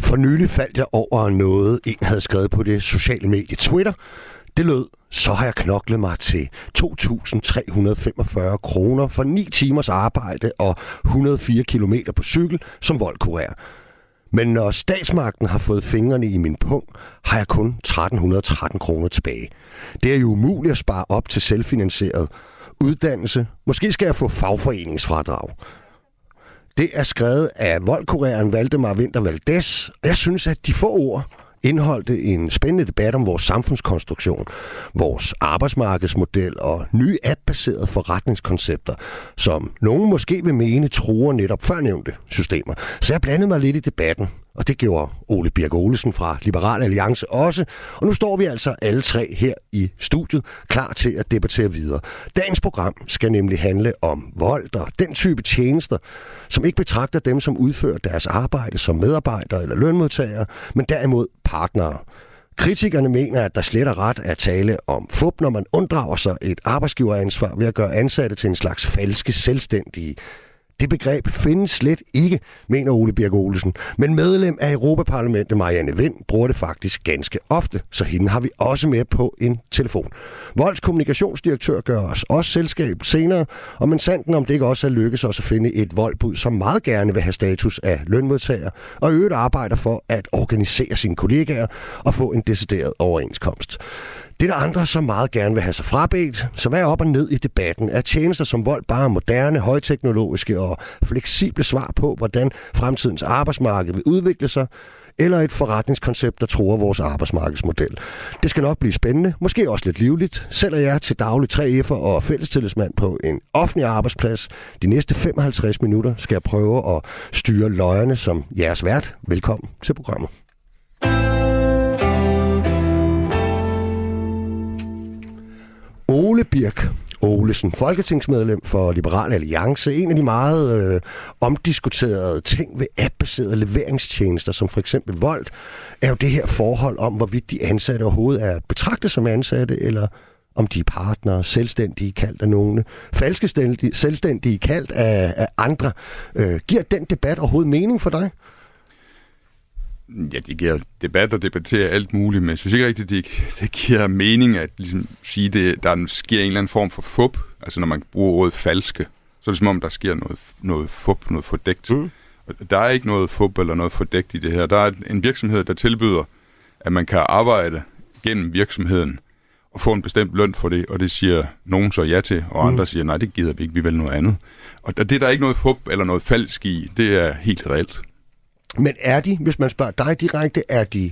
For nylig faldt jeg over noget, en havde skrevet på det sociale medie Twitter. Det lød: så har jeg knoklet mig til 2.345 kroner for 9 timers arbejde og 104 kilometer på cykel som voldkurer. Men når statsmagten har fået fingrene i min pung, har jeg kun 1.313 kroner tilbage. Det er jo umuligt at spare op til selvfinansieret uddannelse. Måske skal jeg få fagforeningsfradrag. Det er skrevet af voldkureren Valdemar Winther Valdez, og jeg synes, at de få ord indeholdte en spændende debat om vores samfundskonstruktion, vores arbejdsmarkedsmodel og nye app-baserede forretningskoncepter, som nogen måske vil mene truer netop førnævnte systemer. Så jeg blandede mig lidt i debatten, og det gjorde Ole Birk Olesen fra Liberal Alliance også. Og nu står vi altså alle tre her i studiet, klar til at debattere videre. Dagens program skal nemlig handle om vold og den type tjenester, som ikke betragter dem, som udfører deres arbejde som medarbejdere eller lønmodtagere, men derimod partnere. Kritikerne mener, at der slet og ret er tale om fup, når man unddrager sig et arbejdsgiveransvar ved at gøre ansatte til en slags falske selvstændige. Det begreb findes slet ikke, mener Ole Birk Olesen. Men medlem af Europaparlamentet Marianne Vind bruger det faktisk ganske ofte, så hende har vi også med på en telefon. Volds kommunikationsdirektør gør os også selskab senere, og men sanden om det ikke også er lykkes os at finde et voldbud, som meget gerne vil have status af lønmodtager, og øvrigt arbejder for at organisere sine kollegaer og få en decideret overenskomst. Det er der andre, som meget gerne vil have sig frabedt, så hvad er op og ned i debatten? Er tjenester som vold bare moderne, højteknologiske og fleksible svar på, hvordan fremtidens arbejdsmarked vil udvikle sig, eller et forretningskoncept, der truer vores arbejdsmarkedsmodel? Det skal nok blive spændende, måske også lidt livligt. Selv er jeg til daglig 3F'er og fællestillidsmand på en offentlig arbejdsplads. De næste 55 minutter skal jeg prøve at styre løjerne som jeres vært. Velkommen til programmet. Ole Birk Olesen, folketingsmedlem for Liberal Alliance. En af de meget omdiskuterede ting ved app-baserede leveringstjenester, som for eksempel Volt, er jo det her forhold om, hvorvidt de ansatte overhovedet er at betragte som ansatte, eller om de er partnere, selvstændige kaldt af nogle, falske selvstændige kaldt af andre. Giver den debat overhovedet mening for dig? Ja, det giver debat og debattere alt muligt, men jeg synes ikke rigtigt, det giver mening at ligesom sige, der sker en eller anden form for fup. Altså når man bruger ordet falske, så er det som om, der sker noget fup, noget fordækt. Der er ikke noget fup eller noget fordækt i det her. Der er en virksomhed, der tilbyder, at man kan arbejde gennem virksomheden og få en bestemt løn for det, og det siger nogen så ja til, og andre siger, nej, det gider vi ikke, vi vil noget andet. Og det er der ikke noget fup eller noget falsk i, det er helt reelt. Men er de, hvis man spørger dig direkte,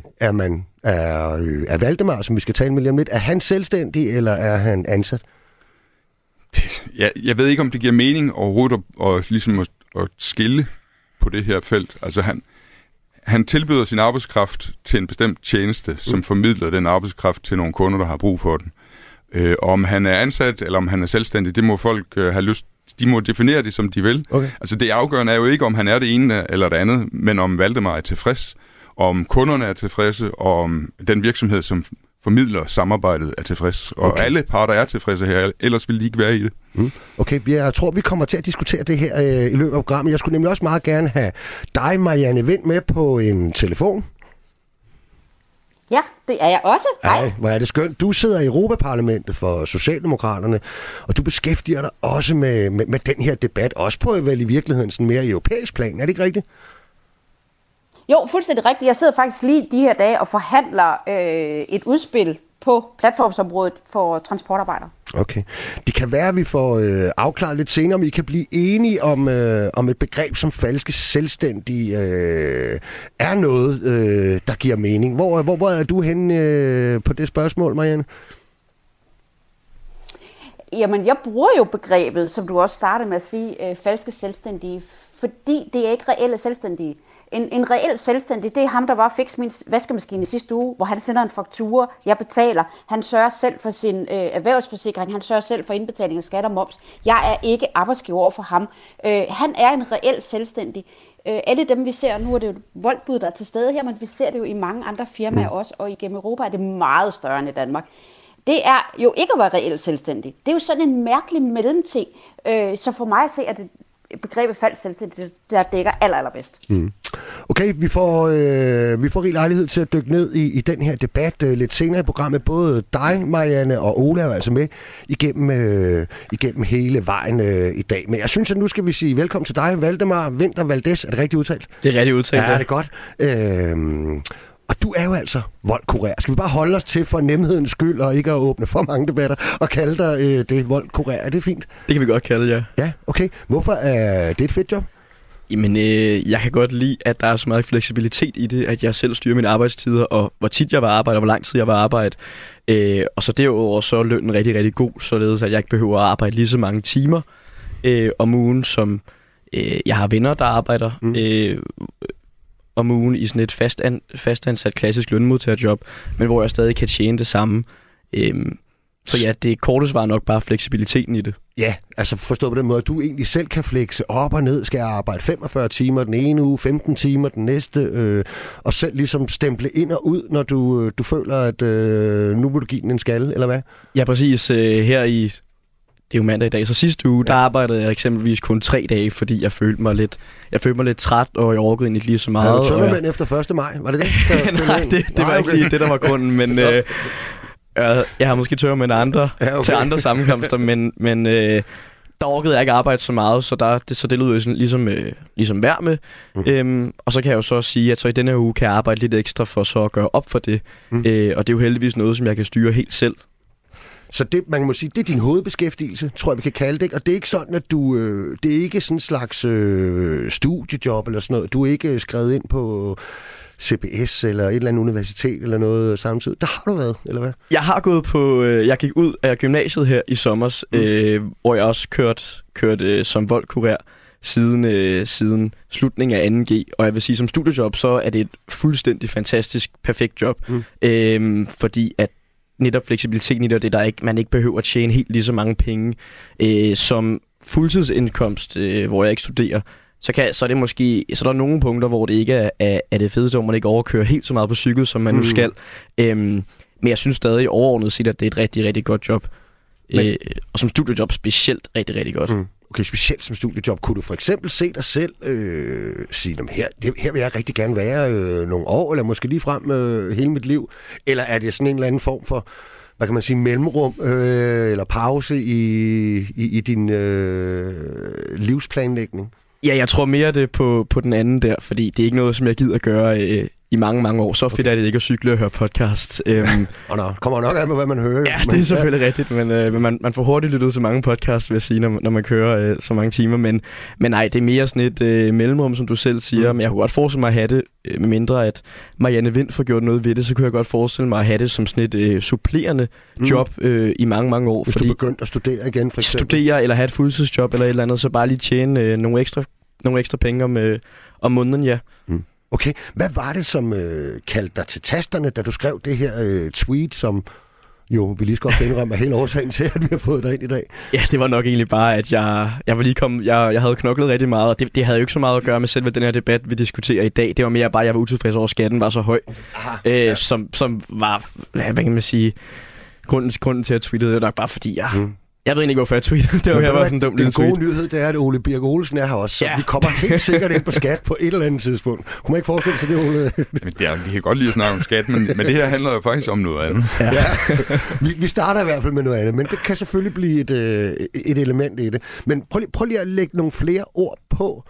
er Valdemar, som vi skal tale med lige om lidt, er han selvstændig, eller er han ansat? Jeg ved ikke, om det giver mening overhovedet at skille på det her felt. Altså han tilbyder sin arbejdskraft til en bestemt tjeneste, som formidler den arbejdskraft til nogle kunder, der har brug for den. Om han er ansat, eller om han er selvstændig, det må folk have lyst. De må definere det, som de vil. Okay. Altså det afgørende er jo ikke, om han er det ene eller det andet, men om Valdemar er tilfreds, om kunderne er tilfredse, og om den virksomhed, som formidler samarbejdet, er tilfreds. Og okay. Alle parter er tilfredse her, ellers ville de ikke være i det. Okay, jeg tror, vi kommer til at diskutere det her i løbet af programmet. Jeg skulle nemlig også meget gerne have dig, Marianne Vind, med på en telefon. Ja, det er jeg også. Hej. Hvor er det skønt. Du sidder i Europaparlamentet for Socialdemokraterne, og du beskæftiger dig også med den her debat, også på vel i virkeligheden sådan mere europæisk plan. Er det ikke rigtigt? Jo, fuldstændig rigtigt. Jeg sidder faktisk lige de her dage og forhandler et udspil på platformsområdet for transportarbejdere. Okay. Det kan være, at vi får afklaret lidt senere, om I kan blive enige om et begreb som falske selvstændige er noget, der giver mening. Hvor er du henne på det spørgsmål, Marianne? Jamen, jeg bruger jo begrebet, som du også startede med at sige, falske selvstændige, fordi det er ikke reelle selvstændige. En reel selvstændig, det er ham, der bare fik min vaskemaskine sidste uge, hvor han sender en faktura, jeg betaler. Han sørger selv for sin erhvervsforsikring, han sørger selv for indbetaling af skat og moms. Jeg er ikke arbejdsgiver over for ham. Han er en reel selvstændig. Alle dem, vi ser, nu er det jo et voldbud, der er til stede her, men vi ser det jo i mange andre firmaer også, og igennem Europa er det meget større end i Danmark. Det er jo ikke at være reelt selvstændig. Det er jo sådan en mærkelig mellemting. Så for mig at se, at det begrebet falsk selvstændig, der dækker allerbedst. Okay, vi får rig lejlighed til at dykke ned i den her debat lidt senere i programmet. Både dig, Marianne, og Ole er jo altså med igennem hele vejen i dag. Men jeg synes, at nu skal vi sige velkommen til dig, Valdemar Winther Valdez. Er det rigtigt udtalt? Det er rigtigt udtalt, ja. Det er godt. Og du er jo altså voldkurer. Skal vi bare holde os til for nemhedens skyld, og ikke at åbne for mange debatter, og kalde dig det voldkurer? Er det fint? Det kan vi godt kalde, ja. Ja, okay. Hvorfor er det et fedt job? Jamen, jeg kan godt lide, at der er så meget fleksibilitet i det, at jeg selv styrer mine arbejdstider, og hvor tit jeg vil arbejde, og hvor lang tid jeg vil arbejde. Og så derudover så er lønnen rigtig, rigtig god, således at jeg ikke behøver at arbejde lige så mange timer om ugen, som jeg har venner, der arbejder om ugen i sådan et fastansat klassisk lønmodtagerjob, men hvor jeg stadig kan tjene det samme. Så ja, det korte svar nok bare fleksibiliteten i det. Ja, altså forstå på den måde, at du egentlig selv kan flexe op og ned. Skal jeg arbejde 45 timer den ene uge, 15 timer den næste, og selv ligesom stemple ind og ud, når du føler, at nu vil du give den en skalle, eller hvad? Ja, præcis. Her i, det er jo mandag i dag, så sidste uge, der arbejdede jeg eksempelvis kun 3 dage, fordi jeg følte mig lidt træt, og jeg orkede egentlig lige så meget. Havde du tømmermænd efter 1. maj? Var det det? Nej, det var ikke lige det, der var grunden, men... Jeg har måske tørret med andre til andre sammenkomster, men der orkede jeg ikke arbejde så meget, så det lød jo ligesom værd med. Og så kan jeg jo så sige, at så i denne her uge kan jeg arbejde lidt ekstra for så at gøre op for det. Og det er jo heldigvis noget, som jeg kan styre helt selv. Så det, man må sige, det er din hovedbeskæftigelse, tror jeg, vi kan kalde det, ikke? Og det er ikke sådan, at det er ikke sådan en slags studiejob eller sådan noget. Du er ikke skrevet ind på CBS eller et eller andet universitet eller noget samtidig. Der har du været, eller hvad? Jeg har gået på... Jeg gik ud af gymnasiet her i sommers, hvor jeg også kørte som voldkurer siden slutningen af 2G. Og jeg vil sige, som studiejob, så er det et fuldstændig fantastisk, perfekt job. Fordi at netop fleksibiliteten i det, og det der ikke, man ikke behøver at tjene helt lige så mange penge som fuldtidsindkomst, hvor jeg ikke studerer. Så er det måske, så der er nogle punkter, hvor det ikke er det fedeste, hvor man ikke overkører helt så meget på cykel, som man nu skal. Men jeg synes stadig overordnet set, at det er et rigtig, rigtig godt job. Og som studiejob specielt rigtig, rigtig godt. Okay, specielt som studiejob. Kunne du for eksempel se dig selv sige, her vil jeg rigtig gerne være nogle år, eller måske lige frem hele mit liv? Eller er det sådan en eller anden form for, hvad kan man sige, mellemrum eller pause i din livsplanlægning? Ja, jeg tror mere det på den anden der, fordi det er ikke noget, som jeg gider at gøre i mange, mange år. Så fedt er det ikke at cykle og høre podcast. Kommer nok an med, hvad man hører. Ja, det er selvfølgelig rigtigt, men man får hurtigt lyttet til mange podcasts, vil jeg sige, når man kører så mange timer. Men nej, det er mere sådan et mellemrum, som du selv siger. Men jeg kunne godt forestille mig at have det, med mindre at Marianne Winther får gjort noget ved det, så kunne jeg godt forestille mig at have det som sådan et supplerende job i mange, mange år. Hvis du begyndte at studere igen, for eksempel. Studere eller have et fuldtidsjob eller et eller andet, så bare lige tjene nogle ekstra penge om måneden, ja. Okay, hvad var det, som kaldte dig til tasterne, da du skrev det her tweet, som jo, vi lige skal også indrømme, er hele årsagen til, at vi har fået dig ind i dag? Ja, det var nok egentlig bare, at jeg var lige kommet, jeg havde knoklet rigtig meget, og det havde jo ikke så meget at gøre med selve den her debat, vi diskuterer i dag. Det var mere bare, at jeg var utilfreds over, at skatten var så høj, som var, hvad kan man sige, grunden til at tweete, det var nok bare fordi, jeg ved egentlig ikke, hvorfor jeg tweetede. Det var her bare sådan en dum lille tweet. Den gode nyhed, det er, at Ole Birk Olesen er her også, så vi kommer helt sikkert ind på skat på et eller andet tidspunkt. Kunne man ikke forestille sig det, Ole? Vi kan godt lide at snakke om skat, men det her handler jo faktisk om noget andet. Ja. Vi starter i hvert fald med noget andet, men det kan selvfølgelig blive et element i det. Men prøv lige at lægge nogle flere ord på,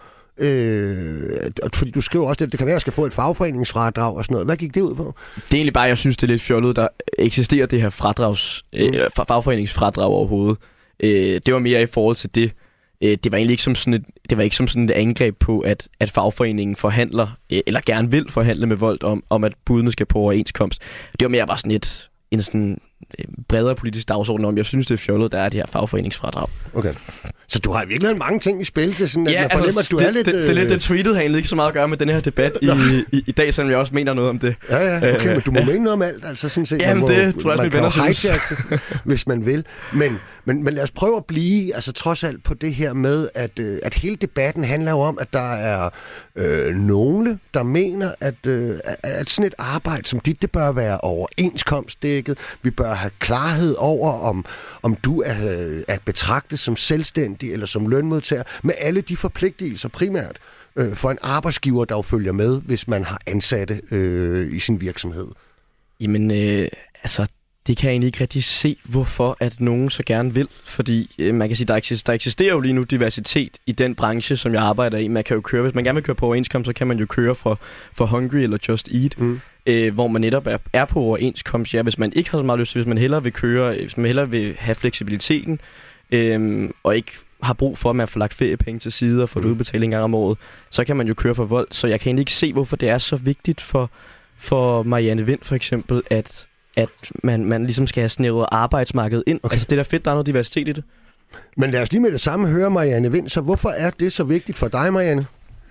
fordi du skriver også, at det kan være, at jeg skal få et fagforeningsfradrag og sådan noget. Hvad gik det ud på? Det er egentlig bare, jeg synes, det er lidt fjollet, der eksisterer det her fagforeningsfradrag overhovedet. Det var mere i forhold til det. Det var egentlig ikke som sådan et angreb på, at fagforeningen forhandler, eller gerne vil forhandle med Volt om at budene skal på overenskomst. Det var mere bare sådan en sådan bredere politisk dagsorden om, jeg synes, det er fjollet, der er det her fagforeningsfradrag. Okay. Så du har i virkeligheden mange ting i spil, det sådan, at man fornemmer, at du er lidt... Det er lidt det tweetet har egentlig ikke så meget at gøre med den her debat i dag, selvom jeg også mener noget om det. Ja, okay, men du må mene noget om alt, altså sådan set. Jamen det tror jeg, vi venner synes. Hvis man vil. Men lad os prøve at blive, altså trods alt på det her med, at hele debatten handler jo om, at der er nogle, der mener, at sådan et arbejde som dit, det bør være overenskomstdækket. Vi bør have klarhed over, om du er at betragte som selvstændig eller som lønmodtager, med alle de forpligtelser primært for en arbejdsgiver, der jo følger med, hvis man har ansatte i sin virksomhed? Jamen, det kan jeg egentlig ikke rigtig se, hvorfor at nogen så gerne vil. Fordi man kan sige, der eksisterer jo lige nu diversitet i den branche, som jeg arbejder i. Man kan jo køre, hvis man gerne vil køre på overenskomst, så kan man jo køre for Hungry eller Just Eat, hvor man netop er på overenskomst. Ja, hvis man ikke har så meget lyst til, hvis man hellere vil have fleksibiliteten, og ikke har brug for, at man får lagt feriepenge til side og får det udbetalt en gang om året, så kan man jo køre for Volt. Så jeg kan egentlig ikke se, hvorfor det er så vigtigt for Marianne Vind for eksempel, at man ligesom skal have snævret arbejdsmarkedet ind. Okay. Altså det er da fedt, der er noget diversitet i det. Men lad os lige med det samme høre Marianne Vind. Så hvorfor er det så vigtigt for dig, Marianne?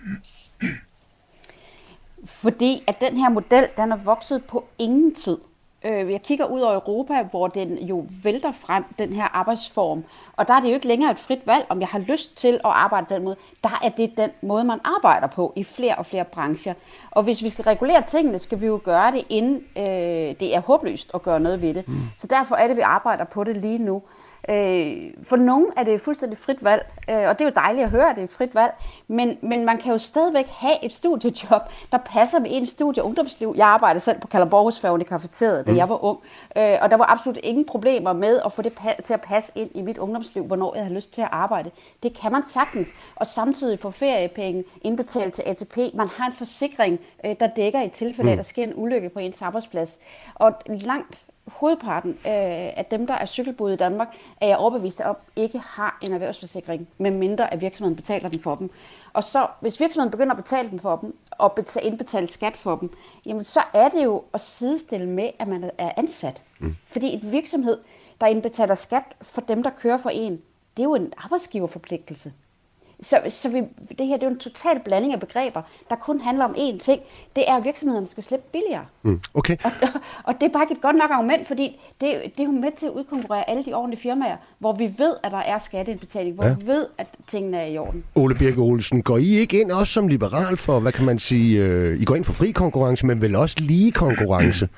Fordi at den her model, den er vokset på ingen tid. Jeg kigger ud over Europa, hvor den jo vælter frem, den her arbejdsform. Og der er det jo ikke længere et frit valg, om jeg har lyst til at arbejde på den måde. Der er det den måde, man arbejder på i flere og flere brancher. Og hvis vi skal regulere tingene, skal vi jo gøre det, inden det er håbløst at gøre noget ved det. Så derfor er det, vi arbejder på det lige nu. For nogen er det fuldstændig frit valg, og det er jo dejligt at høre, at det er et frit valg, men man kan jo stadigvæk have et studiejob, der passer med ens studie- og ungdomsliv. Jeg arbejdede selv på Kalundborgsfærgen i kafeteriet, da jeg var ung, og der var absolut ingen problemer med at få det til at passe ind i mit ungdomsliv, hvornår jeg havde lyst til at arbejde. Det kan man sagtens, og samtidig få feriepenge indbetalt til ATP. Man har en forsikring, der dækker i tilfælde af, der sker en ulykke på ens arbejdsplads. Og langt hovedparten af dem, der er cykelbud i Danmark, er jeg overbevist om, ikke har en erhvervsforsikring, medmindre at virksomheden betaler den for dem. Og så, hvis virksomheden begynder at betale den for dem, og indbetale skat for dem, jamen så er det jo at sidestille med, at man er ansat. Fordi et virksomhed, der indbetaler skat for dem, der kører for en, det er jo en arbejdsgiverforpligtelse. Så det her det er jo en total blanding af begreber, der kun handler om én ting. Det er, at virksomhederne skal slippe billigere. Okay. Og det er bare ikke et godt nok argument, fordi det er jo med til at udkonkurrere alle de ordentlige firmaer, hvor vi ved, at der er skatteindbetaling, hvor vi ved, at tingene er i orden. Ole Birk Olesen, går I ikke ind også som liberal for, hvad kan man sige, I går ind for fri konkurrence, men vel også lige konkurrence?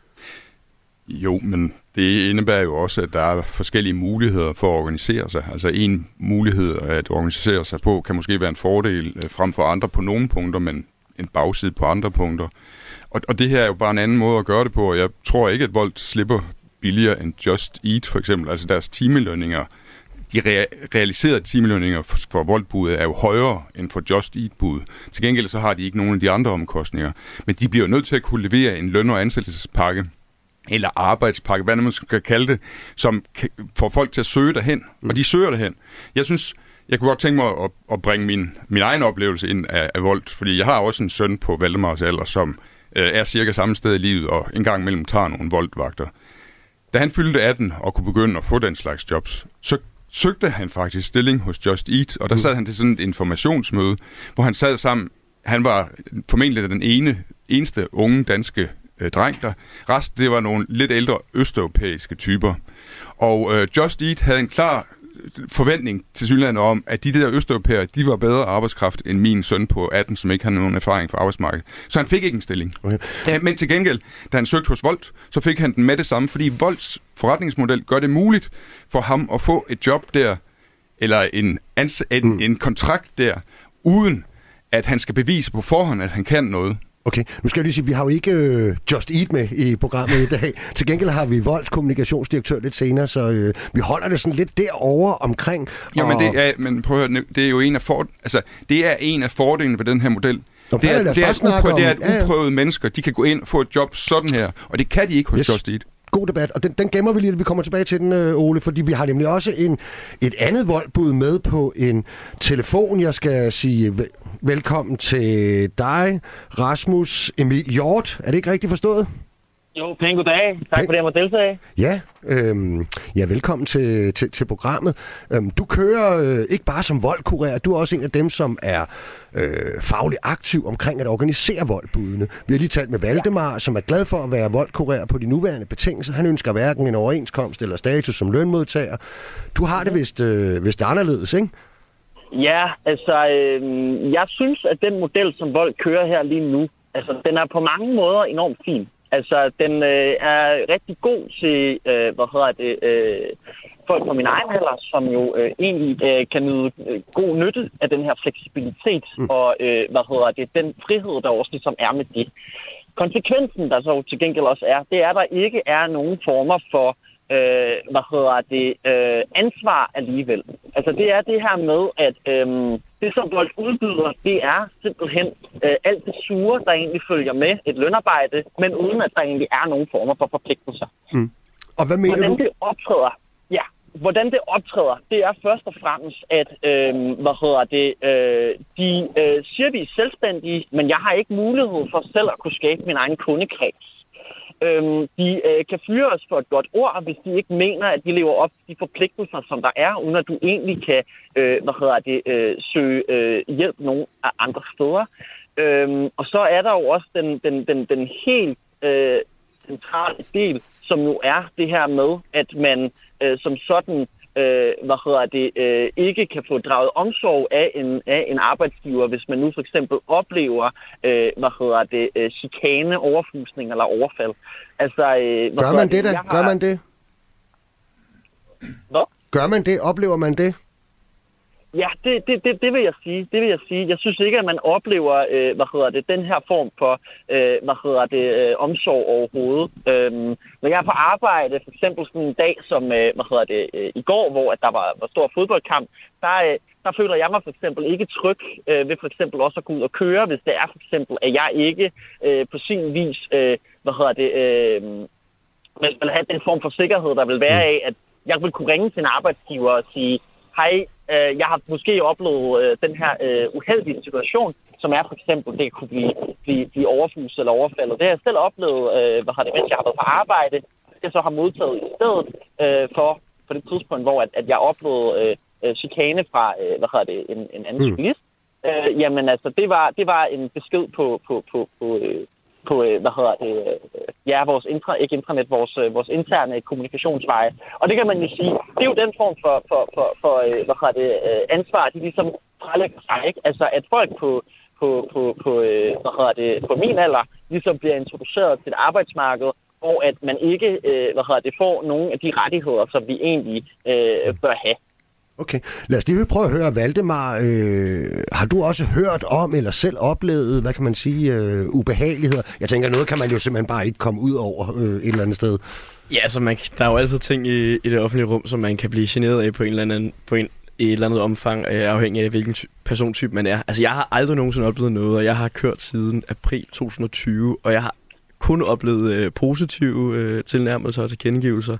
Jo, men det indebærer jo også, at der er forskellige muligheder for at organisere sig. Altså en mulighed at organisere sig på kan måske være en fordel frem for andre på nogle punkter, men en bagside på andre punkter. Og det her er jo bare en anden måde at gøre det på, og jeg tror ikke, at Volt slipper billigere end Just Eat for eksempel. Altså deres timelønninger, de realiserede timelønninger for Volt-budet er jo højere end for Just Eat-budet. Til gengæld så har de ikke nogen af de andre omkostninger. Men de bliver nødt til at kunne levere en løn- og ansættelsespakke, eller arbejdspakke, hvad man skal kalde det, som får folk til at søge derhen, og de søger derhen. Jeg kunne godt tænke mig at bringe min egen oplevelse ind af Volt, fordi jeg har også en søn på Valdemars alder, som er cirka samme sted i livet, og en gang imellem tager nogle Volt-vagter. Da han fyldte 18 og kunne begynde at få den slags jobs, så søgte han faktisk stilling hos Just Eat, og der sad han til sådan et informationsmøde, hvor han sad sammen. Han var formentlig den eneste unge danske dreng der. Resten, det var nogle lidt ældre østeuropæiske typer. Og Just Eat havde en klar forventning til synligheden om, at de der østeuropæere, de var bedre arbejdskraft end min søn på 18, som ikke havde nogen erfaring fra arbejdsmarkedet. Så han fik ikke en stilling. Okay. Men til gengæld, da han søgte hos Volt, så fik han den med det samme, fordi Volts forretningsmodel gør det muligt for ham at få et job der, eller en kontrakt der, uden at han skal bevise på forhånd, at han kan noget. Okay, nu skal jeg lige sige, at vi har jo ikke Just Eat med i programmet i dag. Til gengæld har vi Volts kommunikationsdirektør lidt senere, så vi holder det sådan lidt derovre omkring. Jo, men prøv at høre, det er jo det er en af fordelene ved den her model. Det er, at uprøvede mennesker, de kan gå ind og få et job sådan her, og det kan de ikke hos Just Eat. God debat, og den gemmer vi lige, at vi kommer tilbage til den, Ole, fordi vi har nemlig også et andet Volt-bud med på en telefon. Jeg skal sige velkommen til dig, Rasmus Emil Hjort. Er det ikke rigtigt forstået? Jo, pæn goddag. Tak for det, jeg må deltage. Ja, velkommen til programmet. Du kører ikke bare som Volt-kurer, du er også en af dem, som er fagligt aktiv omkring at organisere Volt-budene. Vi har lige talt med Valdemar, som er glad for at være Volt-kurer på de nuværende betingelser. Han ønsker hverken en overenskomst eller status som lønmodtager. Du har det vist anderledes, ikke? Ja, altså, jeg synes, at den model, som Volt kører her lige nu, altså, den er på mange måder enormt fin. Altså, den er rigtig god til, folk på min egen alder, som jo egentlig kan nyde god nytte af den her fleksibilitet og, den frihed, der også ligesom er med det. Konsekvensen, der så til gengæld også er, det er, at der ikke er nogen former for ansvar alligevel. Altså det er det her med, at det som Volt udbyder, det er simpelthen alt det sure, der egentlig følger med et lønarbejde, men uden at der egentlig er nogen former for forpligtelser. Og hvad mener hvordan du? Hvordan det optræder, det er først og fremmest, at de siger, de er selvstændige, men jeg har ikke mulighed for selv at kunne skabe min egen kundekreds. De kan fyre os for et godt ord, hvis de ikke mener, at de lever op til de forpligtelser, som der er, uden at du egentlig kan søge hjælp nogle andre steder. Og så er der jo også den helt centrale del, som jo er det her med, at man som sådan ikke kan få draget omsorg af en arbejdsgiver, hvis man nu for eksempel oplever chikane, overfusning eller overfald. Altså, gør man det da? Gør man det? Hvad? Gør man det? Oplever man det? Ja, det vil jeg sige. Det vil jeg sige. Jeg synes ikke, at man oplever, den her form for, omsorg overhovedet. Når jeg er på arbejde, for eksempel sådan en dag som, i går, hvor at der var stor fodboldkamp, der føler jeg mig for eksempel ikke tryg ved for eksempel også at gå ud og køre, hvis det er for eksempel, at jeg ikke på sin vis, vil have den form for sikkerhed, der vil være af, at jeg vil kunne ringe til en arbejdsgiver og sige, hej, jeg har måske oplevet den her uheldige situation, som er for eksempel, det kunne blive overfuset eller overfaldet. Det har jeg selv oplevet, mens jeg har været på arbejde. Jeg så har modtaget i stedet for det tidspunkt, hvor at jeg oplevede chikane fra en anden cyklist. Jamen altså, det var en besked på vores interne kommunikationsveje. Og det kan man jo sige, det er jo den form for ansvar, de ligesom frelægger sig, ikke? Altså, at folk på min alder ligesom bliver introduceret til et arbejdsmarked, hvor at man ikke får nogen af de rettigheder, som vi egentlig bør have. Okay, lad os lige prøve at høre, Valdemar, har du også hørt om eller selv oplevet, hvad kan man sige, ubehageligheder? Jeg tænker, noget kan man jo simpelthen bare ikke komme ud over et eller andet sted. Ja, altså der er jo altid ting i det offentlige rum, som man kan blive generet af i et eller andet omfang, afhængig af hvilken persontype man er. Altså jeg har aldrig nogensinde oplevet noget, og jeg har kørt siden april 2020, og jeg har kun oplevet positive tilnærmelser og tilkendegivelser,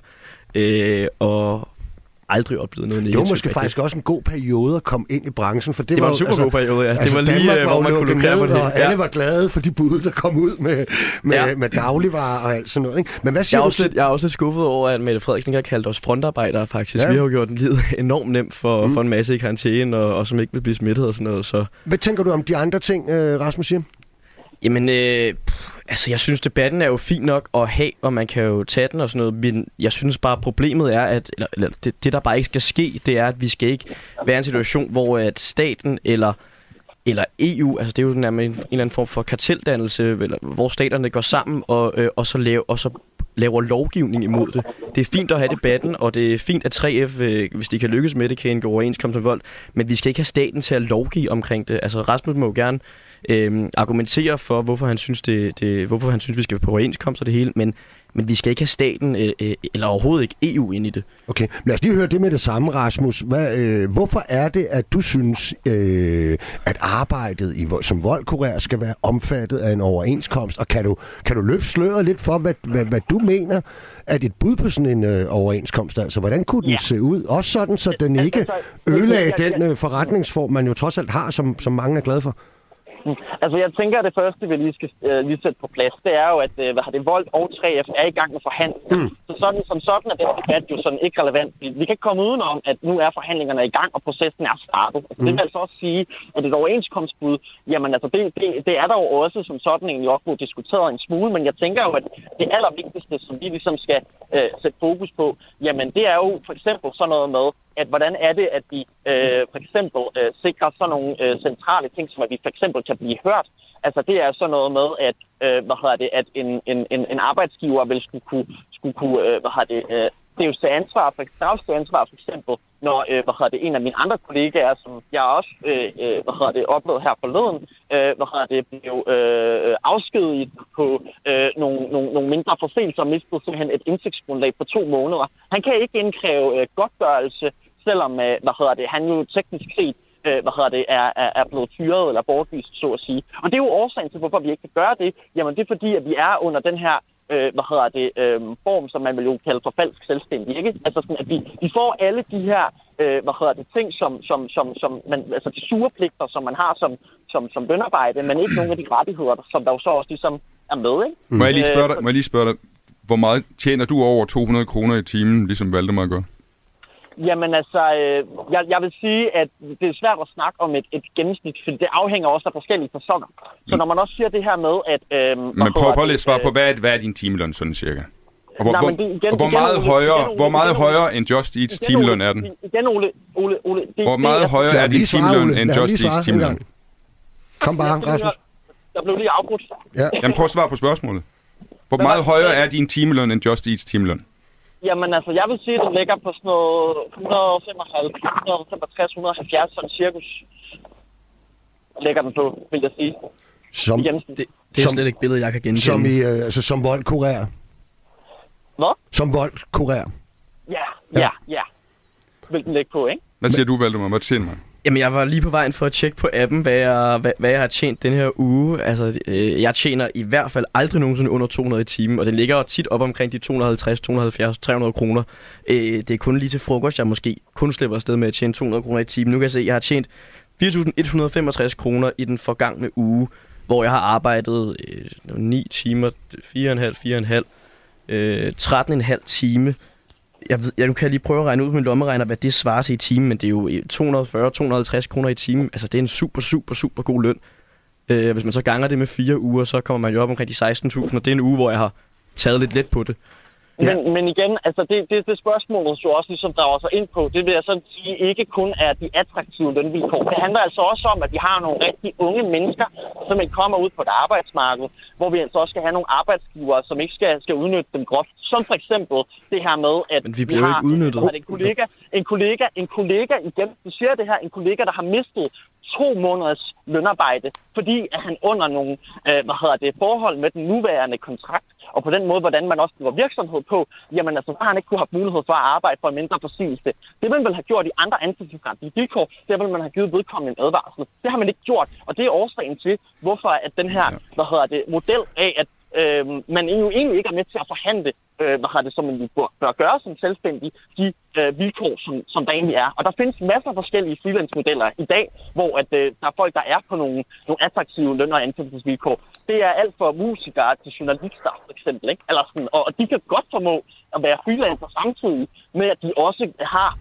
og aldrig oplevet noget negativt. Det var måske faktisk også en god periode at komme ind i branchen, for det var en super god periode, ja. Altså, det var lige, hvor man kunne lukrere på det. Og alle var glade for de bud, der kom ud med dagligvarer og alt sådan noget. Ikke? Men hvad siger du? Jeg er også lidt skuffet over, at Mette Frederiksen ikke har kaldt os frontarbejdere, faktisk. Ja. Vi har jo gjort livet enormt nemt for en masse i karantæne, og som ikke vil blive smittet og sådan noget. Så. Hvad tænker du om de andre ting, Rasmus siger? Jamen, altså jeg synes, debatten er jo fint nok at have, og man kan jo tage den og sådan noget, men jeg synes bare, problemet er, at det der bare ikke skal ske, det er, at vi skal ikke være i en situation, hvor at staten eller EU, altså det er jo sådan en eller anden form for karteldannelse, hvor staterne går sammen og så laver lovgivning imod det. Det er fint at have debatten, og det er fint, at 3F, hvis de kan lykkes med det, kan indgå overenskomst med vold, men vi skal ikke have staten til at lovgive omkring det. Altså Rasmus må jo gerne argumentere for, hvorfor han synes, vi skal på overenskomst og det hele, men vi skal ikke have staten eller overhovedet ikke EU ind i det. Okay, lad os lige høre det med det samme, Rasmus. Hvorfor er det, at du synes, at arbejdet som voldkurer skal være omfattet af en overenskomst? Og kan du løfte sløret lidt for, hvad du mener, at et bud på sådan en overenskomst, altså hvordan kunne den se ud? Også sådan, så den ikke ødelagde den forretningsform, man jo trods alt har, som mange er glade for. Altså, jeg tænker, at det første, vi lige skal lige sætte på plads, det er jo, at Volt og 3F er i gang med forhandlinger. Så sådan er den debat jo sådan ikke relevant. Vi kan ikke komme udenom, at nu er forhandlingerne i gang, og processen er startet. Altså, det vil altså også sige, at et overenskomstbud, jamen altså, det er der jo også som sådan egentlig også blevet diskuteret en smule, men jeg tænker jo, at det allervigtigste, som vi ligesom skal sætte fokus på, jamen det er jo for eksempel sådan noget med, at hvordan er det, at vi for eksempel sikrer sådan nogle centrale ting, som at vi for eksempel kan blive hørt. Altså det er sådan noget med, at at en arbejdsgiver vil skulle kunne det er jo ansvar for eksempel, når en af mine andre kollegaer, som jeg også oplevede her forleden, blev afskediget på nogle mindre forseelser og mistede simpelthen et indtægtsgrundlag på 2 måneder. Han kan ikke indkræve godtgørelse, selvom han jo teknisk set er blevet fyret eller bortvist, så at sige. Og det er jo årsagen til, hvorfor vi ikke kan gøre det. Jamen det er fordi, at vi er under den her form, som man vil jo kalde for falsk selvstændig, ikke? Altså sådan, at vi får alle de her, ting, som man, altså de sure pligter, som man har som lønarbejde, men ikke nogen af de rettigheder, som der jo så også ligesom er med, ikke? Må jeg lige spørge dig, hvor meget tjener du over 200 kroner i timen, ligesom Valdemar gør? Jamen altså, jeg vil sige, at det er svært at snakke om et gennemsnit, for det afhænger også af forskellige personer. Så når man også siger det her med, at... Men prøv lige at svare på, hvad er din timeløn sådan cirka? Og hvor meget højere end Just Eats timeløn er den? Igen, Ole. Hvor meget højere er din timeløn end Just Eats timeløn? Kom bare, Rasmus. Der blev lige afbrudt. Ja. Jamen prøv at svare på spørgsmålet. Hvor meget højere er din timeløn end Just Eats timeløn? Jamen altså, jeg vil sige, at den ligger på sådan noget 155, 165, 170, sådan cirkus. Ligger den på, vil jeg sige. Det er slet ikke billedet, jeg kan genkende. Som voldkurér. Hvad? Som voldkurér. Ja. Vil den ligge på, ikke? Hvad siger du, Valdemar? Hvad tjener man? Jamen, jeg var lige på vejen for at tjekke på appen, hvad jeg har tjent den her uge. Altså, jeg tjener i hvert fald aldrig nogensinde under 200 i timen, og den ligger tit op omkring de 250, 270, 300 kroner. Det er kun lige til frokost, jeg måske kun slipper afsted med at tjene 200 kroner i timen. Nu kan jeg se, at jeg har tjent 4.165 kroner i den forgangne uge, hvor jeg har arbejdet 9 timer, 13,5 time. Nu kan jeg lige prøve at regne ud med lommeregner, hvad det svarer til i timen, men det er jo 240-250 kroner i timen. Altså, det er en super god løn. Hvis man så ganger det med 4 uger, så kommer man jo op omkring de 16.000, og det er en uge, hvor jeg har taget lidt let på det. Ja. Men igen, altså det spørgsmålet jo også ligesom drager sig ind på, det vil jeg sådan sige ikke kun er de attraktive lønvilkår. Det handler altså også om, at vi har nogle rigtig unge mennesker, som ikke kommer ud på et arbejdsmarked, hvor vi altså også skal have nogle arbejdsgivere, som ikke skal udnytte dem groft. Som for eksempel det her med, at men vi bliver jo ikke udnyttet. En kollega igen, du siger det her, en kollega, der har mistet 2 måneders lønarbejde, fordi at han under nogle forhold med den nuværende kontrakt, og på den måde, hvordan man også driver virksomhed på, jamen altså, så har han ikke kunne have mulighed for at arbejde for en mindre forsigelste. Det vil man have gjort i andre ansættelsesretlige vilkår, det vil man have givet vedkommende en advarsel. Det har man ikke gjort, og det er årsagen til, hvorfor at den her, model af, at man jo egentlig ikke er med til at forhandle, som man bør gøre som selvstændig, de vilkår, som der egentlig er. Og der findes masser af forskellige freelance-modeller i dag, hvor at, der er folk, der er på nogle attraktive løn- og ansættelsesvilkår. Det er alt fra musikere til journalister, for eksempel. Ikke? Eller sådan, og de kan godt formå at være freelancer samtidig med, at de også har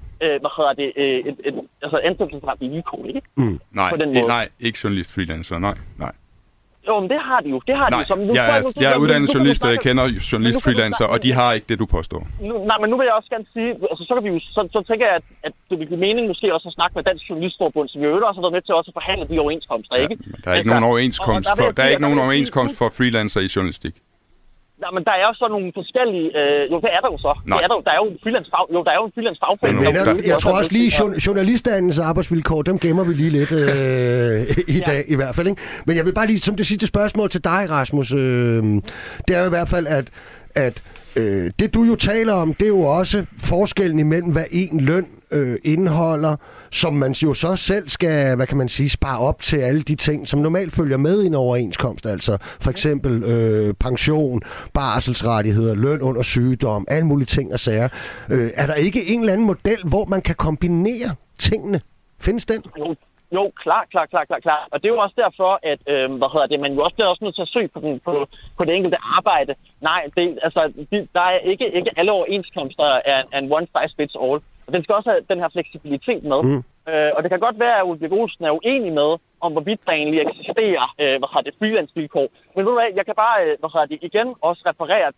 ansættelsesretlige vilkår. Ikke? Nej, ikke journalist-freelancer, nej. Jo, men det har de jo. Jeg er uddannet journalist, og jeg kender journalist-freelancer, og de har ikke det, du påstår. Men nu vil jeg også gerne sige, altså så kan vi jo, så tænker jeg, at det vil give mening måske også at snakke med Dansk Journalistforbund, som vi jo også har været med til også at forhandle de overenskomster, ikke? Der er ikke nogen overenskomst for freelancer i journalistik. Nej, men der er jo så nogle forskellige... det er der jo så. Der er jo en freelance fagforening. Men jeg tror også lige, journalistandens arbejdsvilkår, dem gemmer vi lige lidt i dag i hvert fald. Ikke? Men jeg vil bare lige, som det sidste spørgsmål til dig, Rasmus, det er jo i hvert fald, at det du jo taler om, det er jo også forskellen imellem, hvad en løn indeholder, som man jo så selv skal, hvad kan man sige, spare op til alle de ting, som normalt følger med i en overenskomst, altså for eksempel pension, barselsrettigheder, løn under sygdom, alle mulige ting og sager. Er der ikke en eller anden model, hvor man kan kombinere tingene? Findes den? Jo, klar. Og det er jo også derfor, at man jo også bliver nødt til at søge på det enkelte arbejde. Nej, der er ikke alle overenskomster er en one size fits all. Og den skal også have den her fleksibilitet med. Og det kan godt være, at Ole Birk Olesen er uenig med, om hvorvidt der egentlig eksisterer freelance-vilkår. Men ved du hvad, jeg kan bare igen også referere til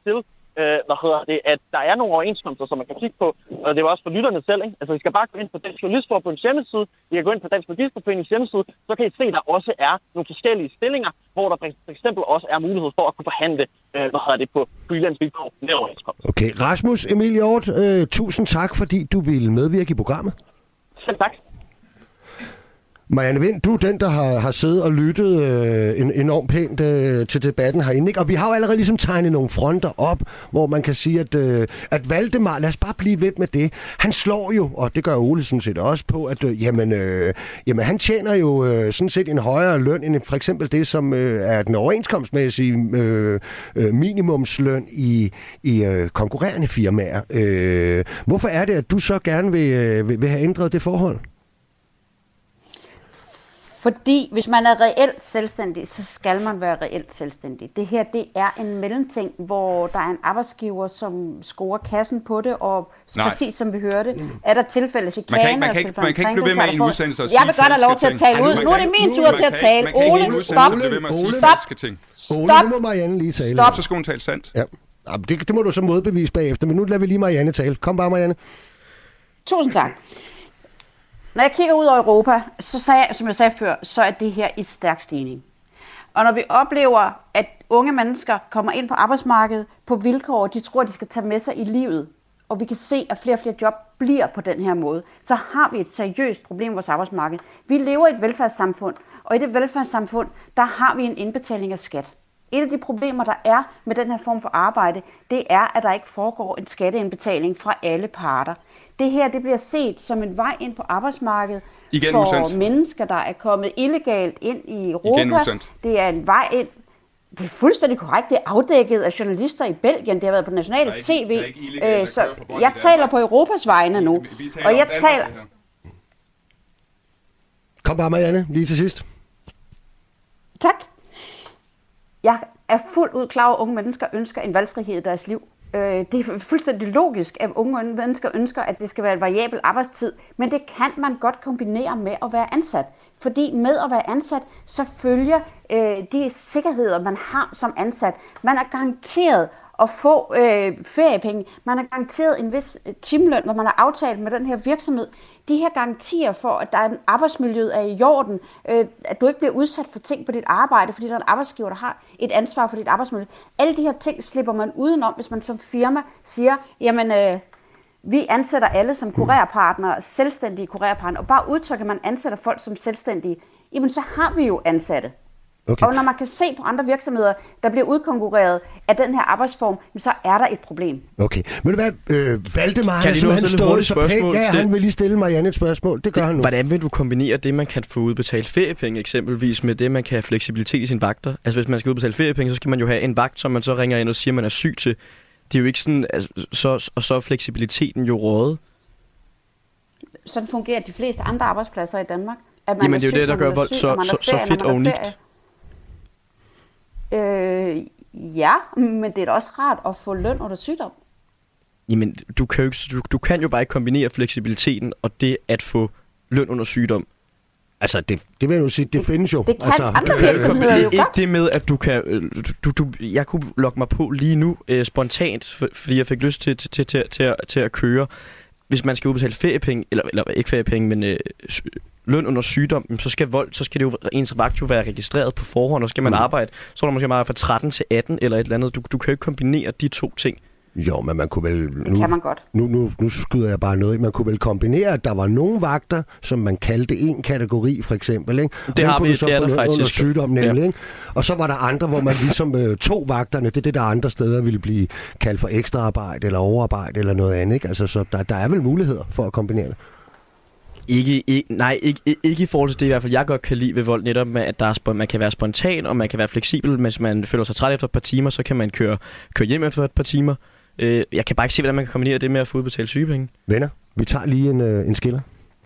at der er nogle overenskomster, som man kan kigge på, og det var også for lytterne selv, ikke? Altså, I skal bare gå ind på Dansk Journalistforbunds hjemmeside, I kan gå ind på Dansk Magisterforenings hjemmeside, så kan I se, at der også er nogle forskellige stillinger, hvor der for eksempel også er mulighed for at kunne forhandle, på freelance-vilkår med overenskomst. Okay, Rasmus Emil Hjort, tusind tak, fordi du ville medvirke i programmet. Selv tak. Marianne Vind, du er den, der har siddet og lyttet enormt pænt til debatten herinde, ikke? Og vi har jo allerede ligesom tegnet nogle fronter op, hvor man kan sige, at Valdemar, lad os bare blive lidt med det, han slår jo, og det gør Ole sådan set også på, at jamen han tjener jo sådan set en højere løn end for eksempel det, som er den overenskomstmæssige minimumsløn i konkurrerende firmaer. Hvorfor er det, at du så gerne vil have ændret det forhold? Fordi hvis man er reelt selvstændig, så skal man være reelt selvstændig. Det her, det er en mellemting, hvor der er en arbejdsgiver, som scorer kassen på det, og præcis som vi hørte, er der tilfælde chikane. Man kan ikke blive ved med en udsendelse og sige jeg vil godt have lov til at tale ud. Nu er det min tur til at tale. Ole, stop. Ole, nu må Marianne lige tale. Stop. Så skal hun tale sandt. Ja. Det må du så modbevise bagefter, men nu lader vi lige Marianne tale. Kom bare, Marianne. Tusind tak. Når jeg kigger ud over Europa, som jeg sagde før, så er det her i stærk stigning. Og når vi oplever, at unge mennesker kommer ind på arbejdsmarkedet på vilkår, de tror, de skal tage med sig i livet, og vi kan se, at flere og flere job bliver på den her måde, så har vi et seriøst problem på vores arbejdsmarked. Vi lever i et velfærdssamfund, og i det velfærdssamfund, der har vi en indbetaling af skat. Et af de problemer, der er med den her form for arbejde, det er, at der ikke foregår en skatteindbetaling fra alle parter. Det her, det bliver set som en vej ind på arbejdsmarkedet for mennesker, der er kommet illegalt ind i Europa. Det er en vej ind. Det er fuldstændig korrekt. Det er afdækket af journalister i Belgien. Det har været på nationale tv. Så jeg taler på Europas vegne nu. Og jeg taler... Kom bare, Marianne, lige til sidst. Tak. Jeg er fuldt ud klar over, at unge mennesker ønsker en valgfrihed i deres liv. Det er fuldstændig logisk, at unge mennesker ønsker, at det skal være en variabel arbejdstid, men det kan man godt kombinere med at være ansat. Fordi med at være ansat, så følger de sikkerheder, man har som ansat. Man er garanteret at få feriepenge. Man er garanteret en vis timeløn, hvor man har aftalt med den her virksomhed. De her garantier for, at der er en arbejdsmiljø er i orden, at du ikke bliver udsat for ting på dit arbejde, fordi der er en arbejdsgiver, der har et ansvar for dit arbejdsmiljø. Alle de her ting slipper man udenom, hvis man som firma siger, jamen vi ansætter alle som kurerpartnere, selvstændige kurerpartnere, og bare udtrykker, at man ansætter folk som selvstændige, jamen så har vi jo ansatte. Okay. Og når man kan se på andre virksomheder, der bliver udkonkurreret af den her arbejdsform, så er der et problem. Okay. Men hvad, Valdemar, han stod så pænt. Ja, han vil lige stille Marianne et spørgsmål. Det gør han nu. Hvordan vil du kombinere det, man kan få udbetalt feriepenge eksempelvis, med det, man kan have fleksibilitet i sine vagter? Altså hvis man skal udbetale feriepenge, så skal man jo have en vagt, som man så ringer ind og siger, man er syg til. Det er jo ikke sådan, altså, så er fleksibiliteten jo rådet. Sådan fungerer de fleste andre arbejdspladser i Danmark. At man jamen det er jo det, der gør Volt så fedt og unikt. Ja, men det er da også rart at få løn under sygdom. Jamen, du kan jo bare ikke kombinere fleksibiliteten og det at få løn under sygdom. Altså, det vil jeg jo sige, det findes jo. Det kan altså, andre virksomheder jo godt. Ikke det med, at du kan... jeg kunne logge mig på lige nu spontant, fordi jeg fik lyst til at køre. Hvis man skal udbetale feriepenge, eller ikke feriepenge, men løn under sygdom, så skal det jo, ens vagt jo være registreret på forhånd, og så skal man arbejde. Så er der måske meget fra 13 til 18 eller et eller andet. Du kan jo ikke kombinere de to ting. Jo, men man kunne vel... Det kan man godt. Nu skyder jeg bare noget. Man kunne vel kombinere, at der var nogle vagter, som man kaldte en kategori, for eksempel. Ikke? Det har vi, det er der faktisk. Under sygdom, nemlig. Ja. Ikke? Og så var der andre, hvor man ligesom tog vagterne. Det er det, der andre steder ville blive kaldt for ekstraarbejde eller overarbejde eller noget andet. Ikke? Altså, så der er vel muligheder for at kombinere det. Ikke i forhold til det i hvert fald, jeg godt kan lide ved Volt, netop med, at man kan være spontan, og man kan være fleksibel. Hvis man føler sig træt efter et par timer, så kan man køre hjem efter et par timer. Jeg kan bare ikke se, hvordan man kan kombinere det med at få udbetalt sygepenge. Venner, vi tager lige en skiller.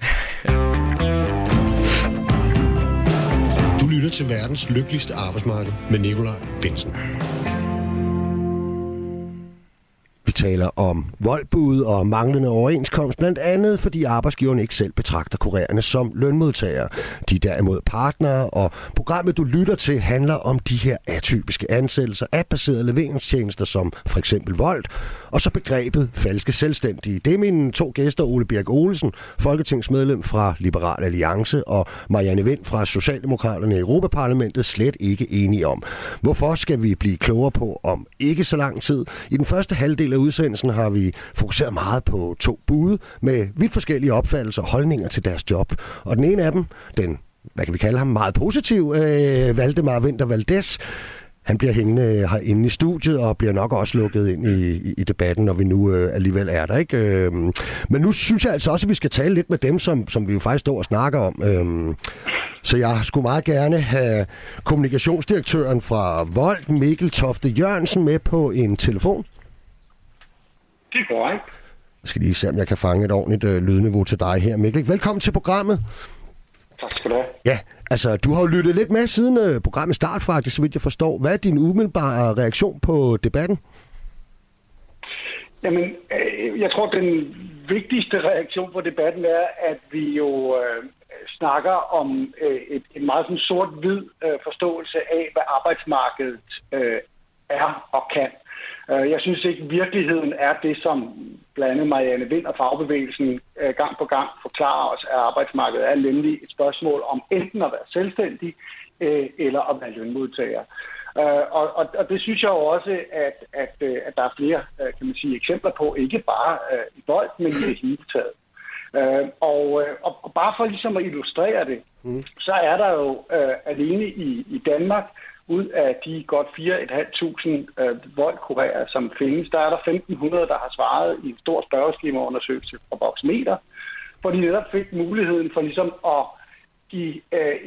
Du lytter til verdens lykkeligste arbejdsmarked med Nikolaj Bensen. Vi taler om voldbud og manglende overenskomst, blandt andet fordi arbejdsgiverne ikke selv betragter kurererne som lønmodtagere. De er derimod partnere, og programmet, du lytter til, handler om de her atypiske ansættelser af baserede leveringstjenester som for eksempel Volt, og så begrebet falske selvstændige. Det er mine to gæster, Ole Birk Olesen, folketingsmedlem fra Liberal Alliance, og Marianne Vind fra Socialdemokraterne i Europaparlamentet, slet ikke enige om. Hvorfor skal vi blive klogere på om ikke så lang tid? I den første halvdel af udsendelsen har vi fokuseret meget på to bude med vidt forskellige opfattelser og holdninger til deres job. Og den ene af dem, den, hvad kan vi kalde ham, meget positiv, Valdemar Winther Valdes, han bliver hængende herinde i studiet og bliver nok også lukket ind i debatten, når vi nu alligevel er der, ikke? Men nu synes jeg altså også, at vi skal tale lidt med dem, som vi jo faktisk står og snakker om. Så jeg skulle meget gerne have kommunikationsdirektøren fra Volt, Mikkel Tofte Jørgensen, med på en telefon. Det er korrekt. Jeg skal lige se, om jeg kan fange et ordentligt lydniveau til dig her, Mikkel. Velkommen til programmet. Tak skal du have. Ja, altså du har jo lyttet lidt med siden programmet start faktisk, så vidt jeg forstår. Hvad er din umiddelbare reaktion på debatten? Jamen, jeg tror, den vigtigste reaktion på debatten er, at vi jo snakker om en meget sådan sort-hvid forståelse af, hvad arbejdsmarkedet er og kan. Jeg synes ikke, at virkeligheden er det, som blandt andet Marianne Vind og fagbevægelsen gang på gang forklarer os, at arbejdsmarkedet er nemlig et spørgsmål om enten at være selvstændig eller at være lønmodtager. Og det synes jeg jo også, at der er flere, kan man sige, eksempler på, ikke bare i Volt, men i det hele taget. Og bare for ligesom at illustrere det, så er der jo alene i Danmark, ud af de godt 4.500 Volt-kurerer, som findes, der er der 1.500, der har svaret i en stor spørgeskemaundersøgelse fra Voxmeter, hvor de netop fik muligheden for ligesom at give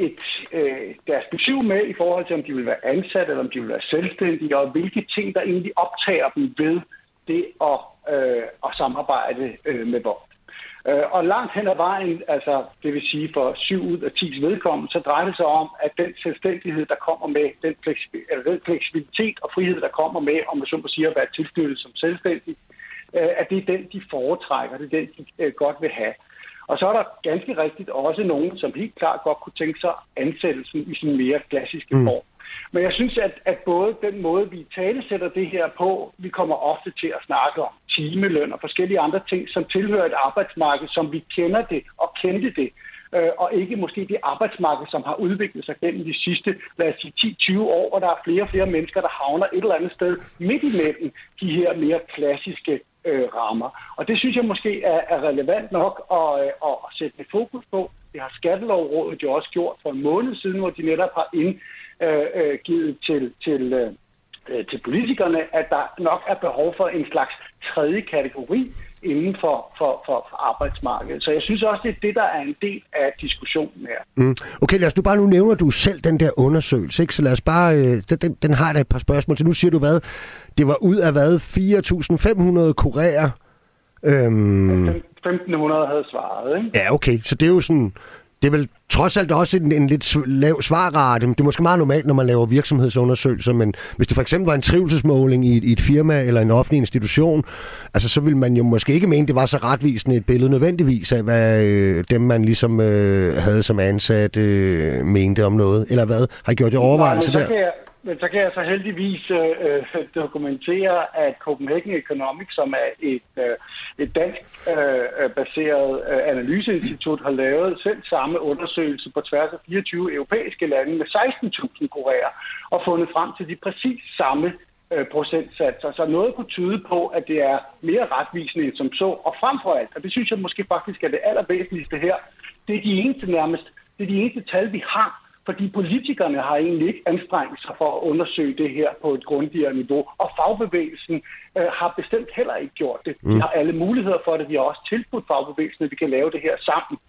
deres besøg med i forhold til, om de vil være ansat, eller om de vil være selvstændige, og hvilke ting, der egentlig optager dem ved det at samarbejde med Volt. Og langt hen ad vejen, altså det vil sige for 7 ud af 10 vedkommende, så drejer det sig om, at den selvstændighed, der kommer med, den fleksibilitet og frihed, der kommer med, om man så må sige at være tilknyttet som selvstændig, at det er den, de foretrækker, det er den, de godt vil have. Og så er der ganske rigtigt også nogen, som helt klart godt kunne tænke sig ansættelsen i sin mere klassiske form. Men jeg synes, at både den måde, vi talesætter det her på, vi kommer ofte til at snakke om timeløn og forskellige andre ting, som tilhører et arbejdsmarked, som vi kender det og kendte det, og ikke måske det arbejdsmarked, som har udviklet sig gennem de sidste, lad os sige, 10-20 år, hvor der er flere og flere mennesker, der havner et eller andet sted midt imellem de her mere klassiske rammer. Og det synes jeg måske er relevant nok at sætte et fokus på. Det har Skattelovrådet jo også gjort for en måned siden, hvor de netop har givet til politikerne, at der nok er behov for en slags tredje kategori inden for arbejdsmarkedet. Så jeg synes også, det er det, der er en del af diskussionen her. Okay, lad os nu nævner du selv den der undersøgelse, ikke? Så lad os bare, den har der et par spørgsmål til. Nu siger du hvad? Det var ud af hvad? 4.500 kurerer? 1.500 havde svaret, ikke? Ja, okay. Så det er jo sådan... Det er vel trods alt også en lidt lav svarrate. Det er måske meget normalt, når man laver virksomhedsundersøgelser, men hvis det for eksempel var en trivselsmåling i et firma eller en offentlig institution, altså så ville man jo måske ikke mene, det var så retvisende et billede nødvendigvis af, hvad dem man ligesom havde som ansat mente om noget. Eller hvad? Har I gjort det overvejelse der? Men så kan jeg så heldigvis dokumentere, at Copenhagen Economics, som er et dansk baseret analyseinstitut, har lavet selv samme undersøgelse på tværs af 24 europæiske lande med 16.000 kurerer og fundet frem til de præcis samme procentsatser. Så noget kunne tyde på, at det er mere retvisende end som så. Og frem for alt, og det synes jeg måske faktisk er det allervæsentligste her, det er de eneste tal, vi har. Fordi politikerne har egentlig ikke anstrengt sig for at undersøge det her på et grundigere niveau. Og fagbevægelsen har bestemt heller ikke gjort det. Vi har alle muligheder for det. Vi har også tilbudt fagbevægelsen, at vi kan lave det her sammen.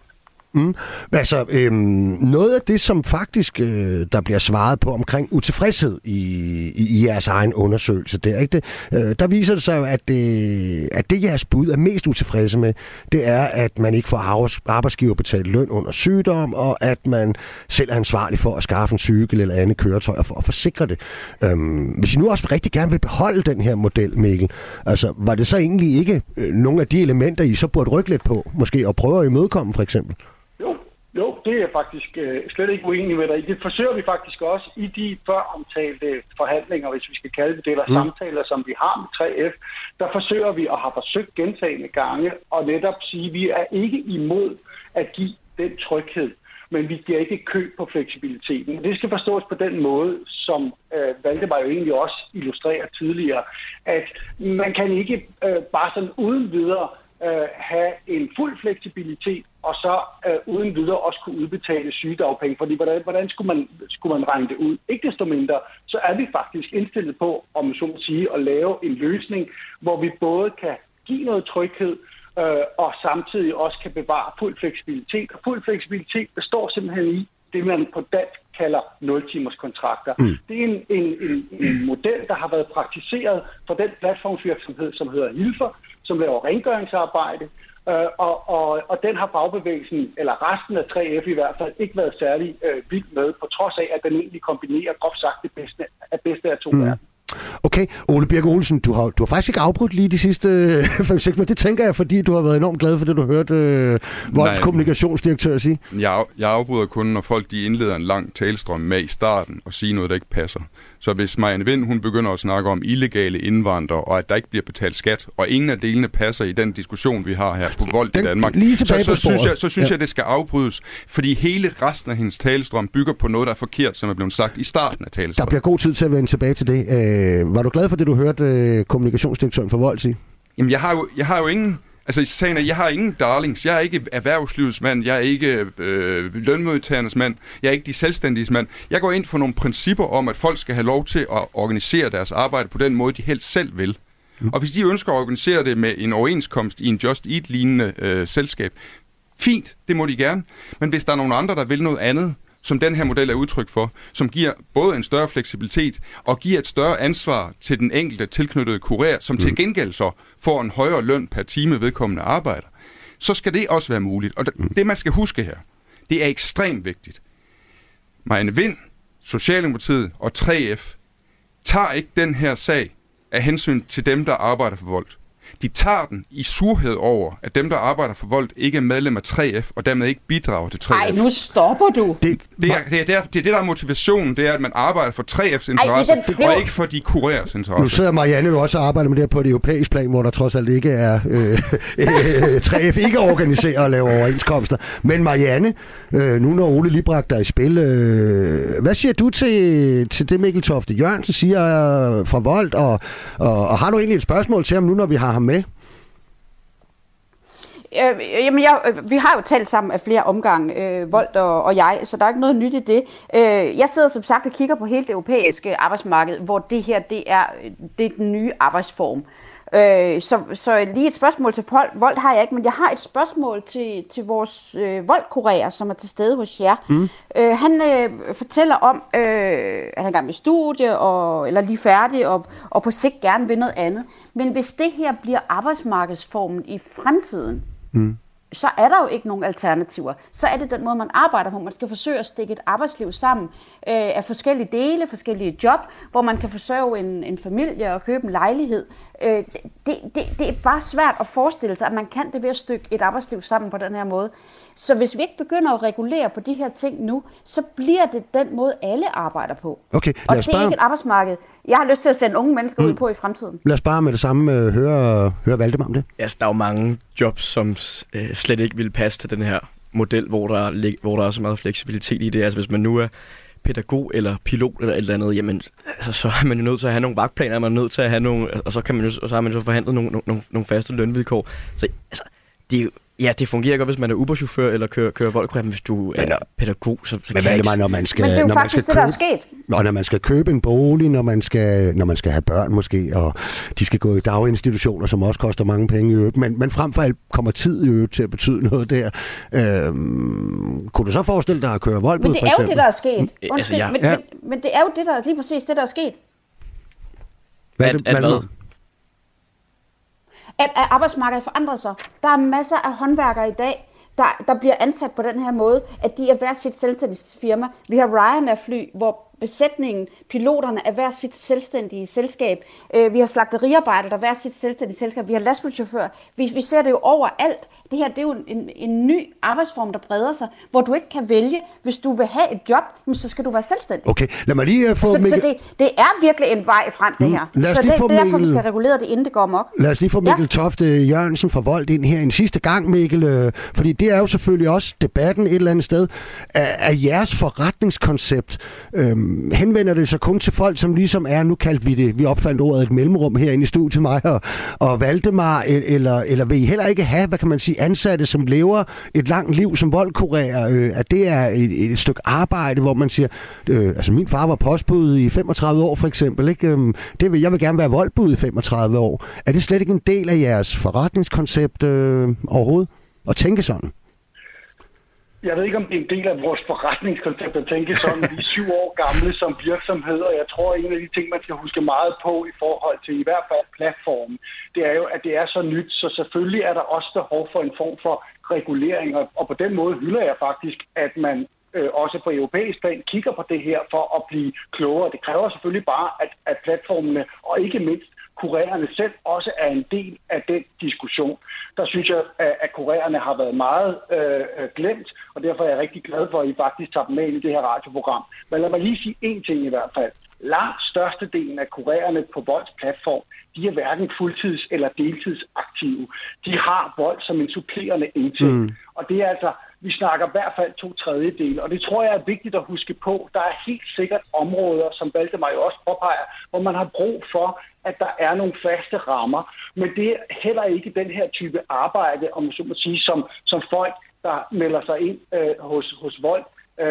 Altså, noget af det, som faktisk der bliver svaret på omkring utilfredshed i jeres egen undersøgelse, der viser det sig jo, at det jeres bud er mest utilfredse med, det er, at man ikke får arbejdsgiver betalt løn under sygdom, og at man selv er ansvarlig for at skaffe en cykel eller andet køretøj og for at forsikre det. Hvis I nu også rigtig gerne vil beholde den her model, Mikkel, altså, var det så egentlig ikke nogle af de elementer, I så burde rykke lidt på, måske, og prøve at imødekomme, for eksempel? Jo, det er jeg faktisk slet ikke uenig med dig. Det forsøger vi faktisk også i de før omtalte forhandlinger, hvis vi skal kalde det, eller samtaler, som vi har med 3F. Der forsøger vi at have forsøgt gentagne gange, og netop sige, at vi er ikke imod at give den tryghed, men vi giver ikke køb på fleksibiliteten. Det skal forstås på den måde, som Valdemar jo egentlig også illustrerer tidligere, at man kan ikke bare sådan uden videre have en fuld fleksibilitet, og så uden videre også kunne udbetale sygedagpenge. Fordi hvordan skulle man regne det ud? Ikke desto mindre, så er vi faktisk indstillet på, om så må sige, at lave en løsning, hvor vi både kan give noget tryghed, og samtidig også kan bevare fuld fleksibilitet. Og fuld fleksibilitet består simpelthen i det, man på dansk kalder 0-timers kontrakter. Det er en model, der har været praktiseret for den platformsvirksomhed, som hedder Hilfer, som laver rengøringsarbejde, og den har fagbevægelsen, eller resten af 3F i hvert fald, ikke været særlig vild med, på trods af, at den egentlig kombinerer, groft sagt, det bedste af to verdener. Okay, Ole Birk Olesen, du har faktisk ikke afbrudt lige de sidste 5-6 minutter. Det tænker jeg, fordi du har været enormt glad for det, du har hørt Volts kommunikationsdirektør sige. Jeg afbryder kun, når folk de indleder en lang talestrøm med i starten og siger noget, der ikke passer. Så hvis Marianne Vind, hun begynder at snakke om illegale indvandrere, og at der ikke bliver betalt skat, og ingen af delene passer i den diskussion, vi har her på Volt i Danmark, så synes jeg, det skal afbrydes, fordi hele resten af hendes talestrøm bygger på noget, der er forkert, som er blevet sagt i starten af talestrømmen. Der bliver god tid til at vende tilbage til det. Var du glad for det, du hørte kommunikationsdirektøren for Volt sige? Jamen, jeg har jo ingen... Altså, sagen er, jeg har ingen darlings. Jeg er ikke erhvervslivets mand. Jeg er ikke lønmodtagernes mand. Jeg er ikke de selvstændiges mand. Jeg går ind for nogle principper om, at folk skal have lov til at organisere deres arbejde på den måde, de helst selv vil. Og hvis de ønsker at organisere det med en overenskomst i en Just Eat-lignende selskab, fint, det må de gerne. Men hvis der er nogen andre, der vil noget andet, som den her model er udtryk for, som giver både en større fleksibilitet og giver et større ansvar til den enkelte tilknyttede kurér, som til gengæld så får en højere løn per time vedkommende arbejder, så skal det også være muligt. Og det, man skal huske her, det er ekstremt vigtigt. Marianne Vind, Socialdemokratiet og 3F tager ikke den her sag af hensyn til dem, der arbejder for Volt. De tager den i surhed over, at dem, der arbejder for Volt, ikke er medlem af 3F, og dermed ikke bidrager til 3F. Nej, nu stopper du. Det er det, der er motivationen, det er, at man arbejder for 3F's interesse, og ikke for de kurers interesse. Nu sidder Marianne jo også og arbejder med det her på et europæisk plan, hvor der trods alt ikke er 3F ikke organiserer og laver overenskomster. Men Marianne, nu når Ole lige bragte dig i spil, hvad siger du til det, Mikkel Tofte Jørgensen siger fra Volt, og har du egentlig et spørgsmål til ham nu, når vi har ham med? Jamen, vi har jo talt sammen af flere omgange, Volt og jeg, så der er ikke noget nyt i det. Jeg sidder som sagt og kigger på hele det europæiske arbejdsmarked, hvor det her, det er den nye arbejdsform. Så lige et spørgsmål til Volt har jeg ikke, men jeg har et spørgsmål til vores Volt-kurér, som er til stede hos jer. Han fortæller om, at han er i gang med studie, eller lige færdig, og på sigt gerne vil noget andet. Men hvis det her bliver arbejdsmarkedsformen i fremtiden, så er der jo ikke nogen alternativer. Så er det den måde, man arbejder på. Man skal forsøge at stikke et arbejdsliv sammen af forskellige dele, forskellige job, hvor man kan forsørge en familie og købe en lejlighed. Det er bare svært at forestille sig, at man kan det ved at stykke et arbejdsliv sammen på den her måde. Så hvis vi ikke begynder at regulere på de her ting nu, så bliver det den måde, alle arbejder på. Okay, og det er ikke et arbejdsmarked, jeg har lyst til at sende unge mennesker ud på i fremtiden. Lad os bare med det samme høre Valdemar om det. Altså, der er jo mange jobs, som slet ikke vil passe til den her model, hvor der er så meget fleksibilitet i det. Altså, hvis man nu er pædagog eller pilot eller et eller andet, jamen, altså, så er man jo nødt til at have nogle vagtplaner, man er nødt til at have nogle, og så har man så forhandlet nogle faste lønvilkår. Så altså, det er jo Ja, det fungerer godt, hvis man er Uber-chauffør eller kører voldkurér, men hvis du er pædagog, så men hvad er det mig, når man skal... Men det er jo faktisk det, der er sket. Og når man skal købe en bolig, når man skal have børn måske, og de skal gå i daginstitutioner, som også koster mange penge i øvrigt, men frem for alt kommer tid i øvrigt til at betyde noget der. Kunne du så forestille dig at køre voldbud, for eksempel? Men det er jo det, der er sket. Undskyld, men det er jo det, der er lige præcis det, der er sket. Hvad? At arbejdsmarkedet forandrer sig. Der er masser af håndværkere i dag, der bliver ansat på den her måde, at de er hver sit selvstændigt firma. Vi har Ryanair-fly, hvor besætningen, piloterne er hver sit selvstændige selskab. Vi har slagteriarbejdere, der er hver sit selvstændige selskab. Vi har lastbilchauffører. Vi ser det jo overalt. Det her, det er jo en ny arbejdsform, der breder sig, hvor du ikke kan vælge. Hvis du vil have et job, så skal du være selvstændig. Okay, lad mig lige få... Så det er virkelig en vej frem, det her. Så det er derfor, vi skal regulere det, inden det går amok. Lad os lige få Mikkel Tofte Jørgensen fra Volt ind her en sidste gang, Mikkel. Fordi det er jo selvfølgelig også debatten et eller andet sted. Af jeres forretningskoncept henvender det sig kun til folk, som ligesom er, nu kaldte vi det, vi opfandt ordet et mellemrum herinde i studiet, mig og Valdemar, eller vil I heller ikke have, hvad kan man sige, ansatte, som lever et langt liv som voldkurér, at det er et stykke arbejde, hvor man siger, altså min far var postbud i 35 år for eksempel, ikke? Jeg vil gerne være voldbud i 35 år. Er det slet ikke en del af jeres forretningskoncept overhovedet? At tænke sådan? Jeg ved ikke, om det er en del af vores forretningskoncept at tænke sådan. Vi er 7 år gamle som virksomhed, og jeg tror, at en af de ting, man skal huske meget på i forhold til i hvert fald platformen, det er jo, at det er så nyt, så selvfølgelig er der også behov for en form for regulering, og på den måde hylder jeg faktisk, at man også på europæisk plan kigger på det her for at blive klogere. Det kræver selvfølgelig bare, at platformene, og ikke mindst kurererne selv, også er en del af den diskussion. Der synes jeg, at kurererne har været meget glemt, og derfor er jeg rigtig glad for, at I faktisk tager dem med i det her radioprogram. Men lad mig lige sige én ting i hvert fald. Langt størstedelen af kurererne på Volts platform, de er hverken fuldtids- eller deltidsaktive. De har Volt som en supplerende indtægt. Og det er altså, vi snakker i hvert fald 2/3, og det tror jeg er vigtigt at huske på. Der er helt sikkert områder, som Valdemar jo også påpeger, hvor man har brug for, at der er nogle faste rammer. Men det er heller ikke den her type arbejde, om så må sige, som folk, der melder sig ind hos Volt,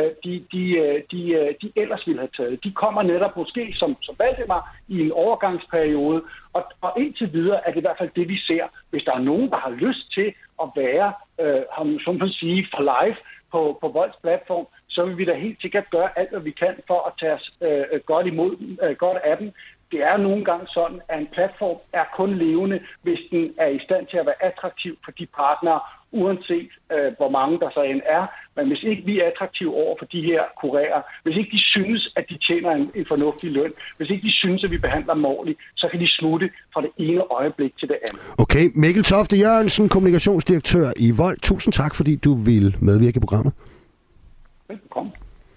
de ellers ville have taget. De kommer netop måske som Valdemar i en overgangsperiode, og indtil videre er det i hvert fald det, vi ser. Hvis der er nogen, der har lyst til at være, som man sige, for live på Volts platform, så vil vi da helt sikkert gøre alt, hvad vi kan for at tage os godt af dem. Det er nogle gange sådan, at en platform er kun levende, hvis den er i stand til at være attraktiv for de partnere, uanset hvor mange der så end er. Men hvis ikke vi er attraktive over for de her kurerer, hvis ikke de synes, at de tjener en fornuftig løn, hvis ikke de synes, at vi behandler dem ordentligt, så kan de smutte fra det ene øjeblik til det andet. Okay, Mikkel Tofte Jørgensen, kommunikationsdirektør i Volt. Tusind tak, fordi du ville medvirke i programmet. Velkommen.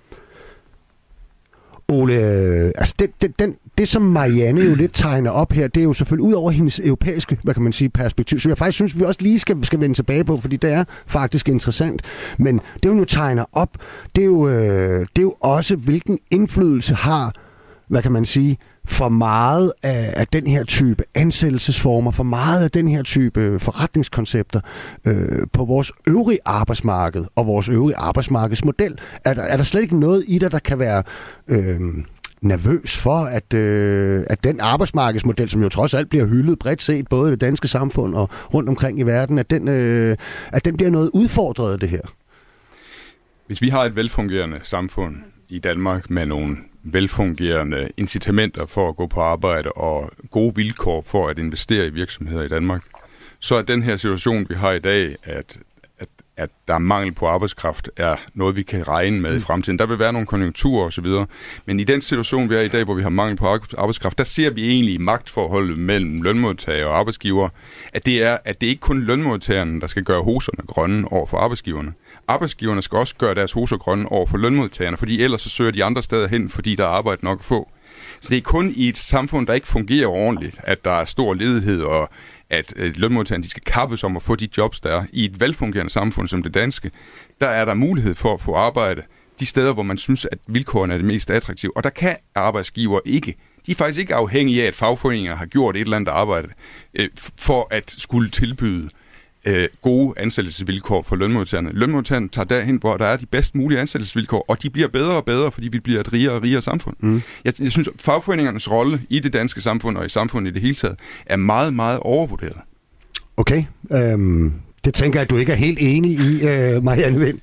Ole, altså det som Marianne jo lidt tegner op her, det er jo selvfølgelig ud over hendes europæiske, hvad kan man sige, perspektiv, så jeg faktisk synes, vi også lige skal vende tilbage på, fordi det er faktisk interessant. Men det hun jo tegner op, det er jo også, hvilken indflydelse har, hvad kan man sige, for meget af den her type ansættelsesformer, for meget af den her type forretningskoncepter på vores øvrige arbejdsmarked og vores øvrige arbejdsmarkedsmodel. Er der slet ikke noget i der kan være nervøs for, at den arbejdsmarkedsmodel, som jo trods alt bliver hyldet bredt set, både i det danske samfund og rundt omkring i verden, at den bliver noget udfordret af det her? Hvis vi har et velfungerende samfund i Danmark med nogle velfungerende incitamenter for at gå på arbejde og gode vilkår for at investere i virksomheder i Danmark, så er den her situation, vi har i dag, at der er mangel på arbejdskraft, er noget, vi kan regne med i fremtiden. Der vil være nogle konjunkturer osv., men i den situation, vi er i dag, hvor vi har mangel på arbejdskraft, der ser vi egentlig i magtforholdet mellem lønmodtagere og arbejdsgivere, at det ikke kun lønmodtagerne, der skal gøre hoserne grønne over for arbejdsgiverne. Arbejdsgiverne skal også gøre deres hoser grønne over for lønmodtagerne, fordi ellers så søger de andre steder hen, fordi der er arbejde nok at få. Så det er kun i et samfund, der ikke fungerer ordentligt, at der er stor ledighed, og at lønmodtagerne skal kappes om at få de jobs, der er. I et velfungerende samfund som det danske, der er der mulighed for at få arbejde de steder, hvor man synes, at vilkårene er det mest attraktive. Og der kan arbejdsgiver ikke. De er faktisk ikke afhængige af, at fagforeninger har gjort et eller andet arbejde for at skulle tilbyde gode ansættelsesvilkår for lønmodtagerne. Lønmodtagerne tager derhen, hvor der er de bedst mulige ansættelsesvilkår, og de bliver bedre og bedre, fordi vi bliver et rigere og rigere samfund. Jeg synes, at fagforeningernes rolle i det danske samfund og i samfundet i det hele taget er meget, meget overvurderet. Okay. Det tænker jeg, at du ikke er helt enig i, Marianne Vind.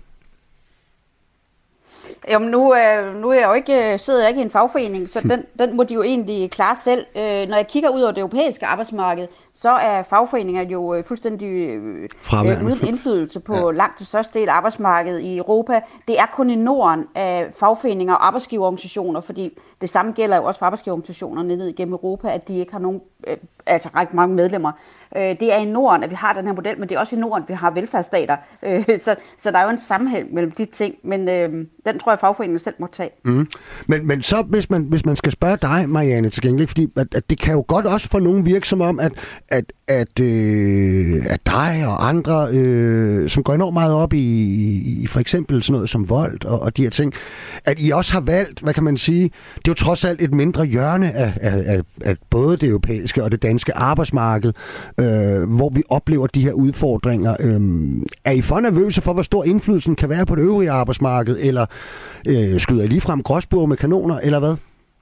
Jamen nu er jeg jo ikke, sidder jeg ikke i en fagforening, så den må de jo egentlig klare selv. Når jeg kigger ud over det europæiske arbejdsmarked, så er fagforeninger jo fuldstændig uden indflydelse på langt det største del af arbejdsmarkedet i Europa. Det er kun i Norden af fagforeninger og arbejdsgiverorganisationer, fordi det samme gælder jo også for arbejdsgiverorganisationer ned igennem Europa, at de ikke har nogen, altså ret mange medlemmer. Det er i Norden, at vi har den her model, men det er også i Norden, at vi har velfærdsstater. Så der er jo en sammenhæng mellem de ting, men den tror jeg, fagforeningen selv må tage. Men så, hvis man skal spørge dig, Marianne, til gengæld, fordi at det kan jo godt også for nogen virke som om, at dig og andre, som går enormt meget op i for eksempel sådan noget som vold og de her ting, at I også har valgt, hvad kan man sige, det er jo trods alt et mindre hjørne af både det europæiske og det danske arbejdsmarked, hvor vi oplever de her udfordringer. Er I for nervøse for, hvor stor indflydelsen kan være på det øvrige arbejdsmarked, eller skyder I ligefrem gråsbue med kanoner, eller hvad?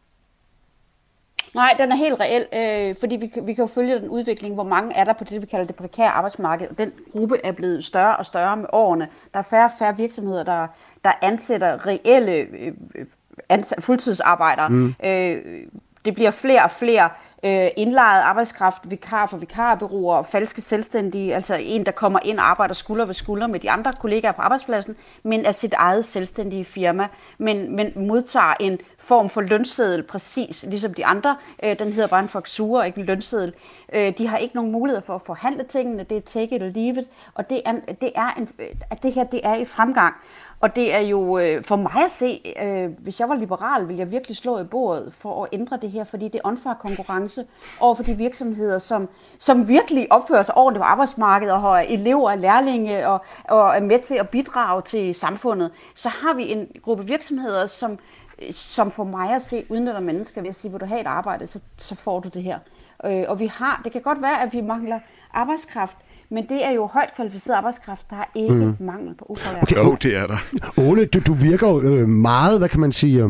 Nej, den er helt reel, fordi vi kan jo følge den udvikling, hvor mange er der på det, vi kalder det prekære arbejdsmarked. Den gruppe er blevet større og større med årene. Der er færre og færre virksomheder, der ansætter reelle fuldtidsarbejdere. Det bliver flere og flere indlejet arbejdskraft, vikarer for vikarbureauer, falske selvstændige, altså en, der kommer ind og arbejder skulder ved skulder med de andre kollegaer på arbejdspladsen, men er sit eget selvstændige firma, men modtager en form for lønseddel præcis ligesom de andre. Den hedder bare en faktura, ikke en lønseddel. De har ikke nogen mulighed for at forhandle tingene, det er take it or leave it, og det er i fremgang. Og det er jo for mig at se, hvis jeg var liberal, ville jeg virkelig slå i bordet for at ændre det her, fordi det er unfair konkurrence over for de virksomheder, som virkelig opfører sig ordentligt på arbejdsmarkedet og har elever og lærlinge og er med til at bidrage til samfundet. Så har vi en gruppe virksomheder, som for mig at se udnytter mennesker ved at sige, vil du have et arbejde, så får du det her. Og det kan godt være, at vi mangler arbejdskraft, men det er jo højt kvalificeret arbejdskraft, der er ikke mangel på ufaglært. Okay. Jo, det er der. Ole, du virker jo meget, hvad kan man sige,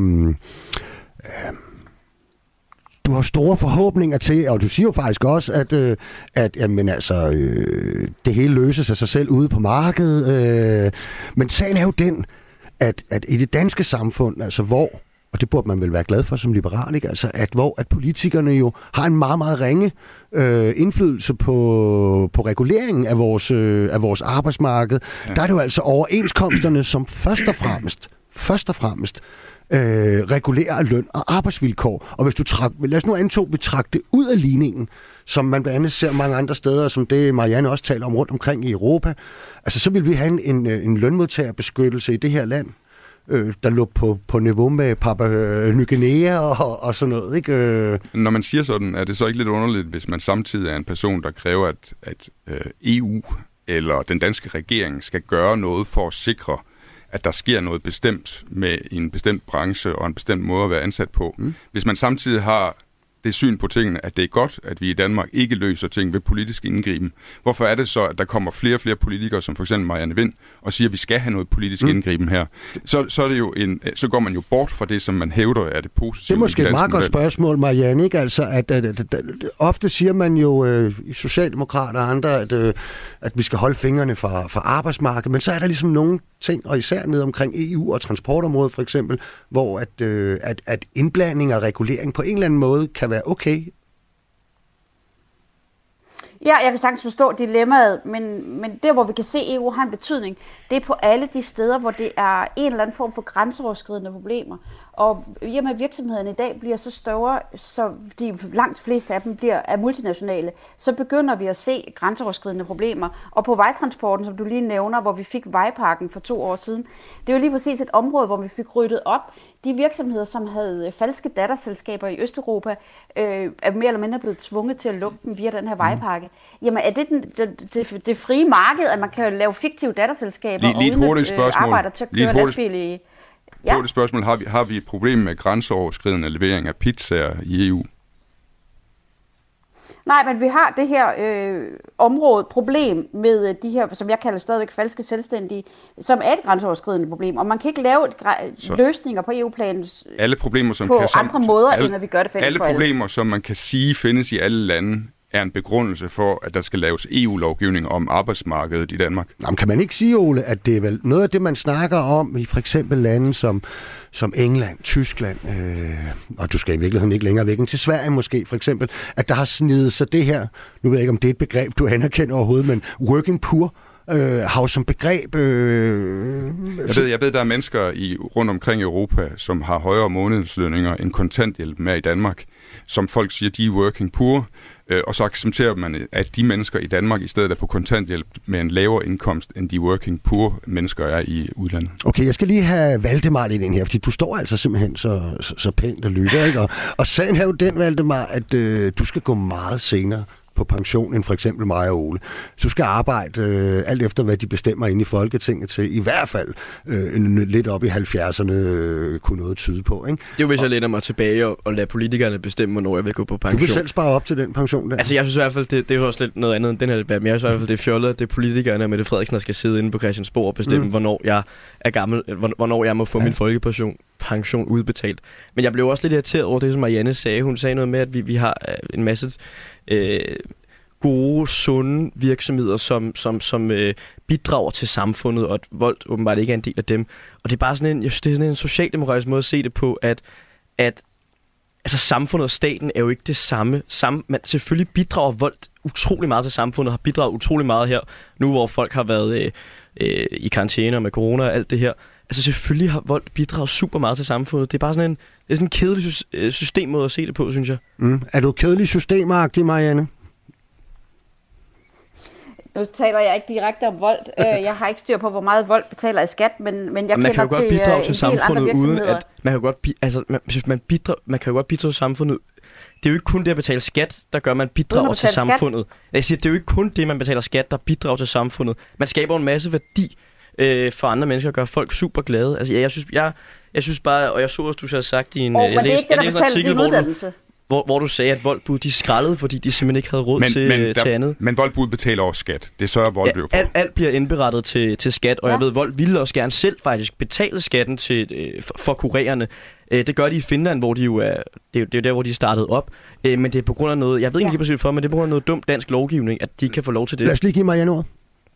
du har store forhåbninger til, og du siger jo faktisk også, at jamen, altså, det hele løses af sig selv ude på markedet. Men sagen er jo den, at i det danske samfund, altså hvor, og det burde man vel være glad for som liberal, ikke? Altså, at politikerne jo har en meget, meget ringe indflydelse på reguleringen af vores arbejdsmarked. Ja. Der er det jo altså overenskomsterne, som først og fremmest regulerer løn og arbejdsvilkår. Og hvis lad os nu antage, vi trækker det ud af ligningen, som man blandt andet ser mange andre steder, som det Marianne også taler om rundt omkring i Europa, altså så vil vi have en lønmodtagerbeskyttelse i det her land, der lå på niveau med Papua Ny Guinea og sådan noget, ikke? Når man siger sådan, er det så ikke lidt underligt, hvis man samtidig er en person, der kræver, at EU eller den danske regering skal gøre noget for at sikre, at der sker noget bestemt med en bestemt branche og en bestemt måde at være ansat på. Hvis man samtidig har det syn på tingene, at det er godt, at vi i Danmark ikke løser ting ved politisk indgriben. Hvorfor er det så, at der kommer flere og flere politikere, som for eksempel Marianne Vind, og siger, at vi skal have noget politisk indgriben her? Så er det jo så går man jo bort fra det, som man hævder er det positive. Det er måske et meget godt spørgsmål, Marianne, ikke? Altså, at ofte siger man jo i Socialdemokrater og andre, at vi skal holde fingrene fra arbejdsmarkedet, men så er der ligesom nogle ting, og især ned omkring EU og transportområdet for eksempel, hvor at indblanding og regulering på en eller anden måde kan være okay. Ja, jeg kan sagtens forstå dilemmaet, men der, hvor vi kan se, at EU har en betydning, det er på alle de steder, hvor det er en eller anden form for grænseoverskridende problemer. Og i og med, at virksomhederne i dag bliver så større, så de langt fleste af dem er multinationale, så begynder vi at se grænseoverskridende problemer. Og på vejtransporten, som du lige nævner, hvor vi fik vejpakken for 2 år siden, det er jo lige præcis et område, hvor vi fik ryddet op. De virksomheder, som havde falske datterselskaber i Østeuropa, er mere eller mindre blevet tvunget til at lukke dem via den her vejpakke. Jamen er det det frie marked, at man kan lave fiktive datterselskaber og udnytte arbejder til at køre lastbil i... Ja. På det spørgsmål, har vi et problem med grænseoverskridende levering af pizzaer i EU? Nej, men vi har det her problem med de her, som jeg kalder stadigvæk falske selvstændige, som er et grænseoverskridende problem. Og man kan ikke lave løsninger på EU-planen alle problemer, som på kan, andre måder, end at vi gør det fælles for alle. Alle problemer, som man kan sige findes i alle lande, er en begrundelse for, at der skal laves EU-lovgivning om arbejdsmarkedet i Danmark. Jamen, kan man ikke sige, Ole, at det er vel noget af det, man snakker om i for eksempel lande som England, Tyskland, og du skal i virkeligheden ikke længere væk end til Sverige måske, for eksempel, at der har snedet sig det her, nu ved jeg ikke, om det er et begreb, du anerkender overhovedet, men working poor har som begreb... Jeg ved, der er mennesker rundt omkring i Europa, som har højere månedslønninger end kontanthjælp med i Danmark, som folk siger, de er working poor, og så accepterer man, at de mennesker i Danmark i stedet er på kontanthjælp med en lavere indkomst, end de working poor mennesker er i udlandet. Okay, jeg skal lige have Valdemar lidt ind her, fordi du står altså simpelthen så pænt og lytter, ikke? Og sagen er jo den, Valdemar, at du skal gå meget senere på pension end for eksempel mig og Ole. Så du skal arbejde alt efter, hvad de bestemmer inde i Folketinget til. I hvert fald lidt op i 70'erne kunne noget tyde på. Ikke? Det er jo, hvis jeg læner mig tilbage og lader politikerne bestemme, hvornår jeg vil gå på pension. Du vil selv spare op til den pension der? Altså, jeg synes i hvert fald, det er jo også lidt noget andet end den her debat, men jeg synes i hvert fald, det er fjollet, at det er politikerne og Mette Frederiksen, der skal sidde inde på Christiansborg og bestemme, hvornår jeg er gammel, hvornår jeg må få min folkepension udbetalt. Men jeg blev også lidt irriteret over det, som Marianne sagde. Hun sagde noget med, at vi har en masse gode, sunde virksomheder, som bidrager til samfundet, og at vold åbenbart ikke er en del af dem. Og det er bare sådan en socialdemokratisk måde at se det på, at altså samfundet og staten er jo ikke det samme. Men selvfølgelig bidrager vold utrolig meget til samfundet, har bidraget utrolig meget her, nu hvor folk har været i karantæne med corona og alt det her. Altså selvfølgelig har vold bidraget super meget til samfundet. Det er bare sådan en kedelig systemmåde at se det på, synes jeg. Er du kedelig systemagtig, Marianne? Nu taler jeg ikke direkte om vold. Jeg har ikke styr på, hvor meget vold betaler i skat, men jeg kender man kan jo godt bidrage til samfundet uden at man kan jo godt bidrage til samfundet. Det er jo ikke kun det at betale skat, der gør, at man bidrager til samfundet. Jeg siger, det er jo ikke kun det, man betaler skat, der bidrager til samfundet. Man skaber en masse værdi for andre mennesker og gør folk super glade. Altså, jeg synes bare, og jeg så også, du har sagt i en jeg læste en artikel, hvor du sagde, at Wolt-bud, de skrællede, fordi de simpelthen ikke havde råd til andet. Men Wolt-bud betaler også skat. Det sørger Wolt jo for. Alt bliver indberettet til skat, og jeg ved, Wolt ville også gerne selv faktisk betale skatten for kurererne. Det gør de i Finland, hvor de jo er... Det er jo der, hvor de startede op. Men det er på grund af noget... Jeg ved ikke lige præcis for, men det er på grund af noget dumt dansk lovgivning, at de kan få lov til det. Lad os lige give Marianne ordet.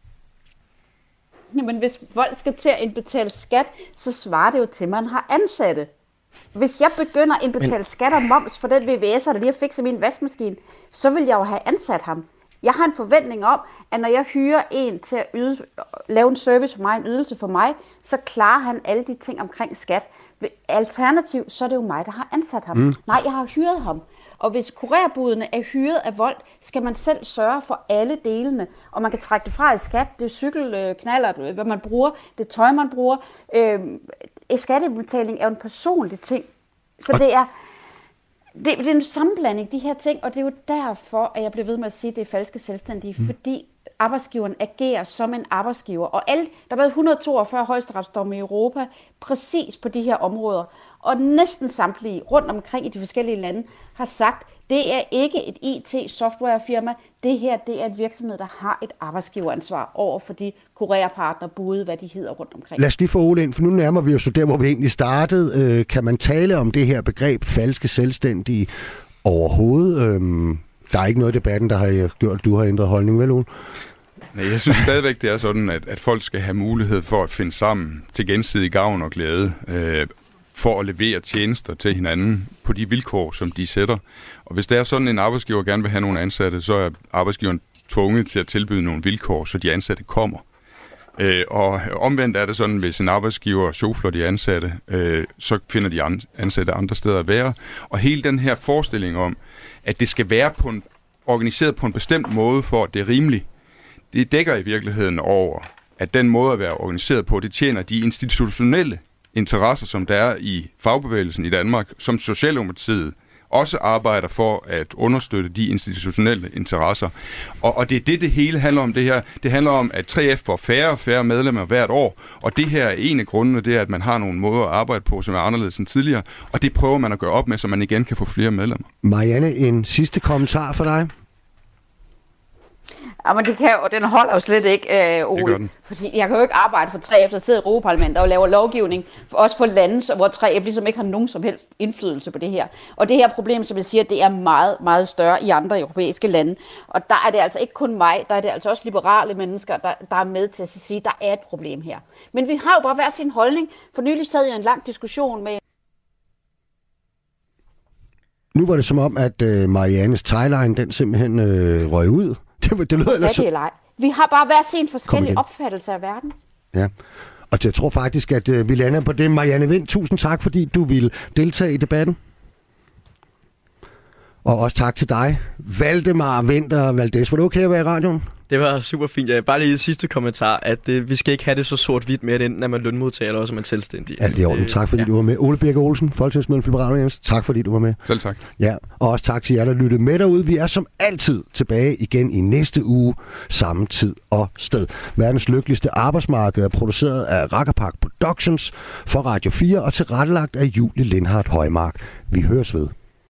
Men hvis Wolt skal til at indbetale skat, så svarer det jo til, at man har ansatte. Hvis jeg begynder at indbetale skat og moms for den VVS'er, der lige har fikset min vaskemaskine, så vil jeg jo have ansat ham. Jeg har en forventning om, at når jeg hyrer en til at lave en service for mig, en ydelse for mig, så klarer han alle de ting omkring skat. Alternativt, så er det jo mig, der har ansat ham. Nej, jeg har hyret ham. Og hvis kurerbudene er hyret af Wolt, skal man selv sørge for alle delene. Og man kan trække det fra i skat. Det er cykelknaller, hvad man bruger. Det tøj, man bruger. Skattebetaling er jo en personlig ting. Så det er en sammenblanding, de her ting. Og det er jo derfor, at jeg bliver ved med at sige, at det er falske selvstændige. Fordi arbejdsgiveren agerer som en arbejdsgiver. Og der har været 142 højesteretsdomme i Europa præcis på de her områder. Og næsten samtlige rundt omkring i de forskellige lande har sagt, det er ikke et IT-softwarefirma. Det her, det er et virksomhed, der har et arbejdsgiveransvar over for de kurerpartner, bude, hvad de hedder rundt omkring. Lad os lige få Ole ind, for nu nærmer vi os så der, hvor vi egentlig startede. Kan man tale om det her begreb falske selvstændige overhovedet? Der er ikke noget i debatten, der har gjort, at du har ændret holdning, vel, Ole? Nej, jeg synes stadigvæk, det er sådan, at folk skal have mulighed for at finde sammen til gensidig gavn og glæde, for at levere tjenester til hinanden på de vilkår, som de sætter. Og hvis det er sådan, en arbejdsgiver gerne vil have nogle ansatte, så er arbejdsgiveren tvunget til at tilbyde nogle vilkår, så de ansatte kommer. Og omvendt er det sådan, hvis en arbejdsgiver sjofler de ansatte, så finder de ansatte andre steder at være. Og hele den her forestilling om, at det skal være organiseret på en bestemt måde, for at det er rimeligt, det dækker i virkeligheden over, at den måde at være organiseret på, det tjener de institutionelle interesser, som der er i fagbevægelsen i Danmark, som Socialdemokratiet også arbejder for at understøtte de institutionelle interesser. Og det er det hele handler om det her. Det handler om, at 3F får færre og færre medlemmer hvert år, og det her er en af grundene, det er, at man har nogle måder at arbejde på, som er anderledes end tidligere, og det prøver man at gøre op med, så man igen kan få flere medlemmer. Marianne, en sidste kommentar for dig? men det kan jo, den holder jo slet ikke, Ole. Fordi jeg kan jo ikke arbejde for 3F, der sidder i Europaparlamentet og laver lovgivning, også for lande, hvor 3F ligesom ikke har nogen som helst indflydelse på det her. Og det her problem, som jeg siger, det er meget, meget større i andre europæiske lande. Og der er det altså ikke kun mig, der er det altså også liberale mennesker, der er med til at sige, at der er et problem her. Men vi har jo bare hver sin holdning. For nylig sad jeg en lang diskussion med... Nu var det som om, at Mariannes tagline, den simpelthen røg ud. Det lyder ellers... Vi har bare hver sin forskellige opfattelse af verden. Ja, og jeg tror faktisk, at vi lander på det. Marianne Vind, tusind tak, fordi du ville deltage i debatten. Og også tak til dig, Valdemar Winther Valdez. Var det okay at være i radioen? Det var super fint. Jeg bare lige sidste kommentar, at vi skal ikke have det så sort-hvidt med, at enten er man lønmodtager, eller også er man selvstændig. Alt i orden. Tak fordi du var med. Ole Birk Olsen, folketingsmedlem for Liberal Alliance. Tak fordi du var med. Selv tak. Ja, og også tak til jer, der lyttede med derude. Vi er som altid tilbage igen i næste uge, samme tid og sted. Verdens lykkeligste arbejdsmarked er produceret af Rakkerpark Productions for Radio 4 og tilrettelagt af Julie Lindhardt Højmark. Vi høres ved.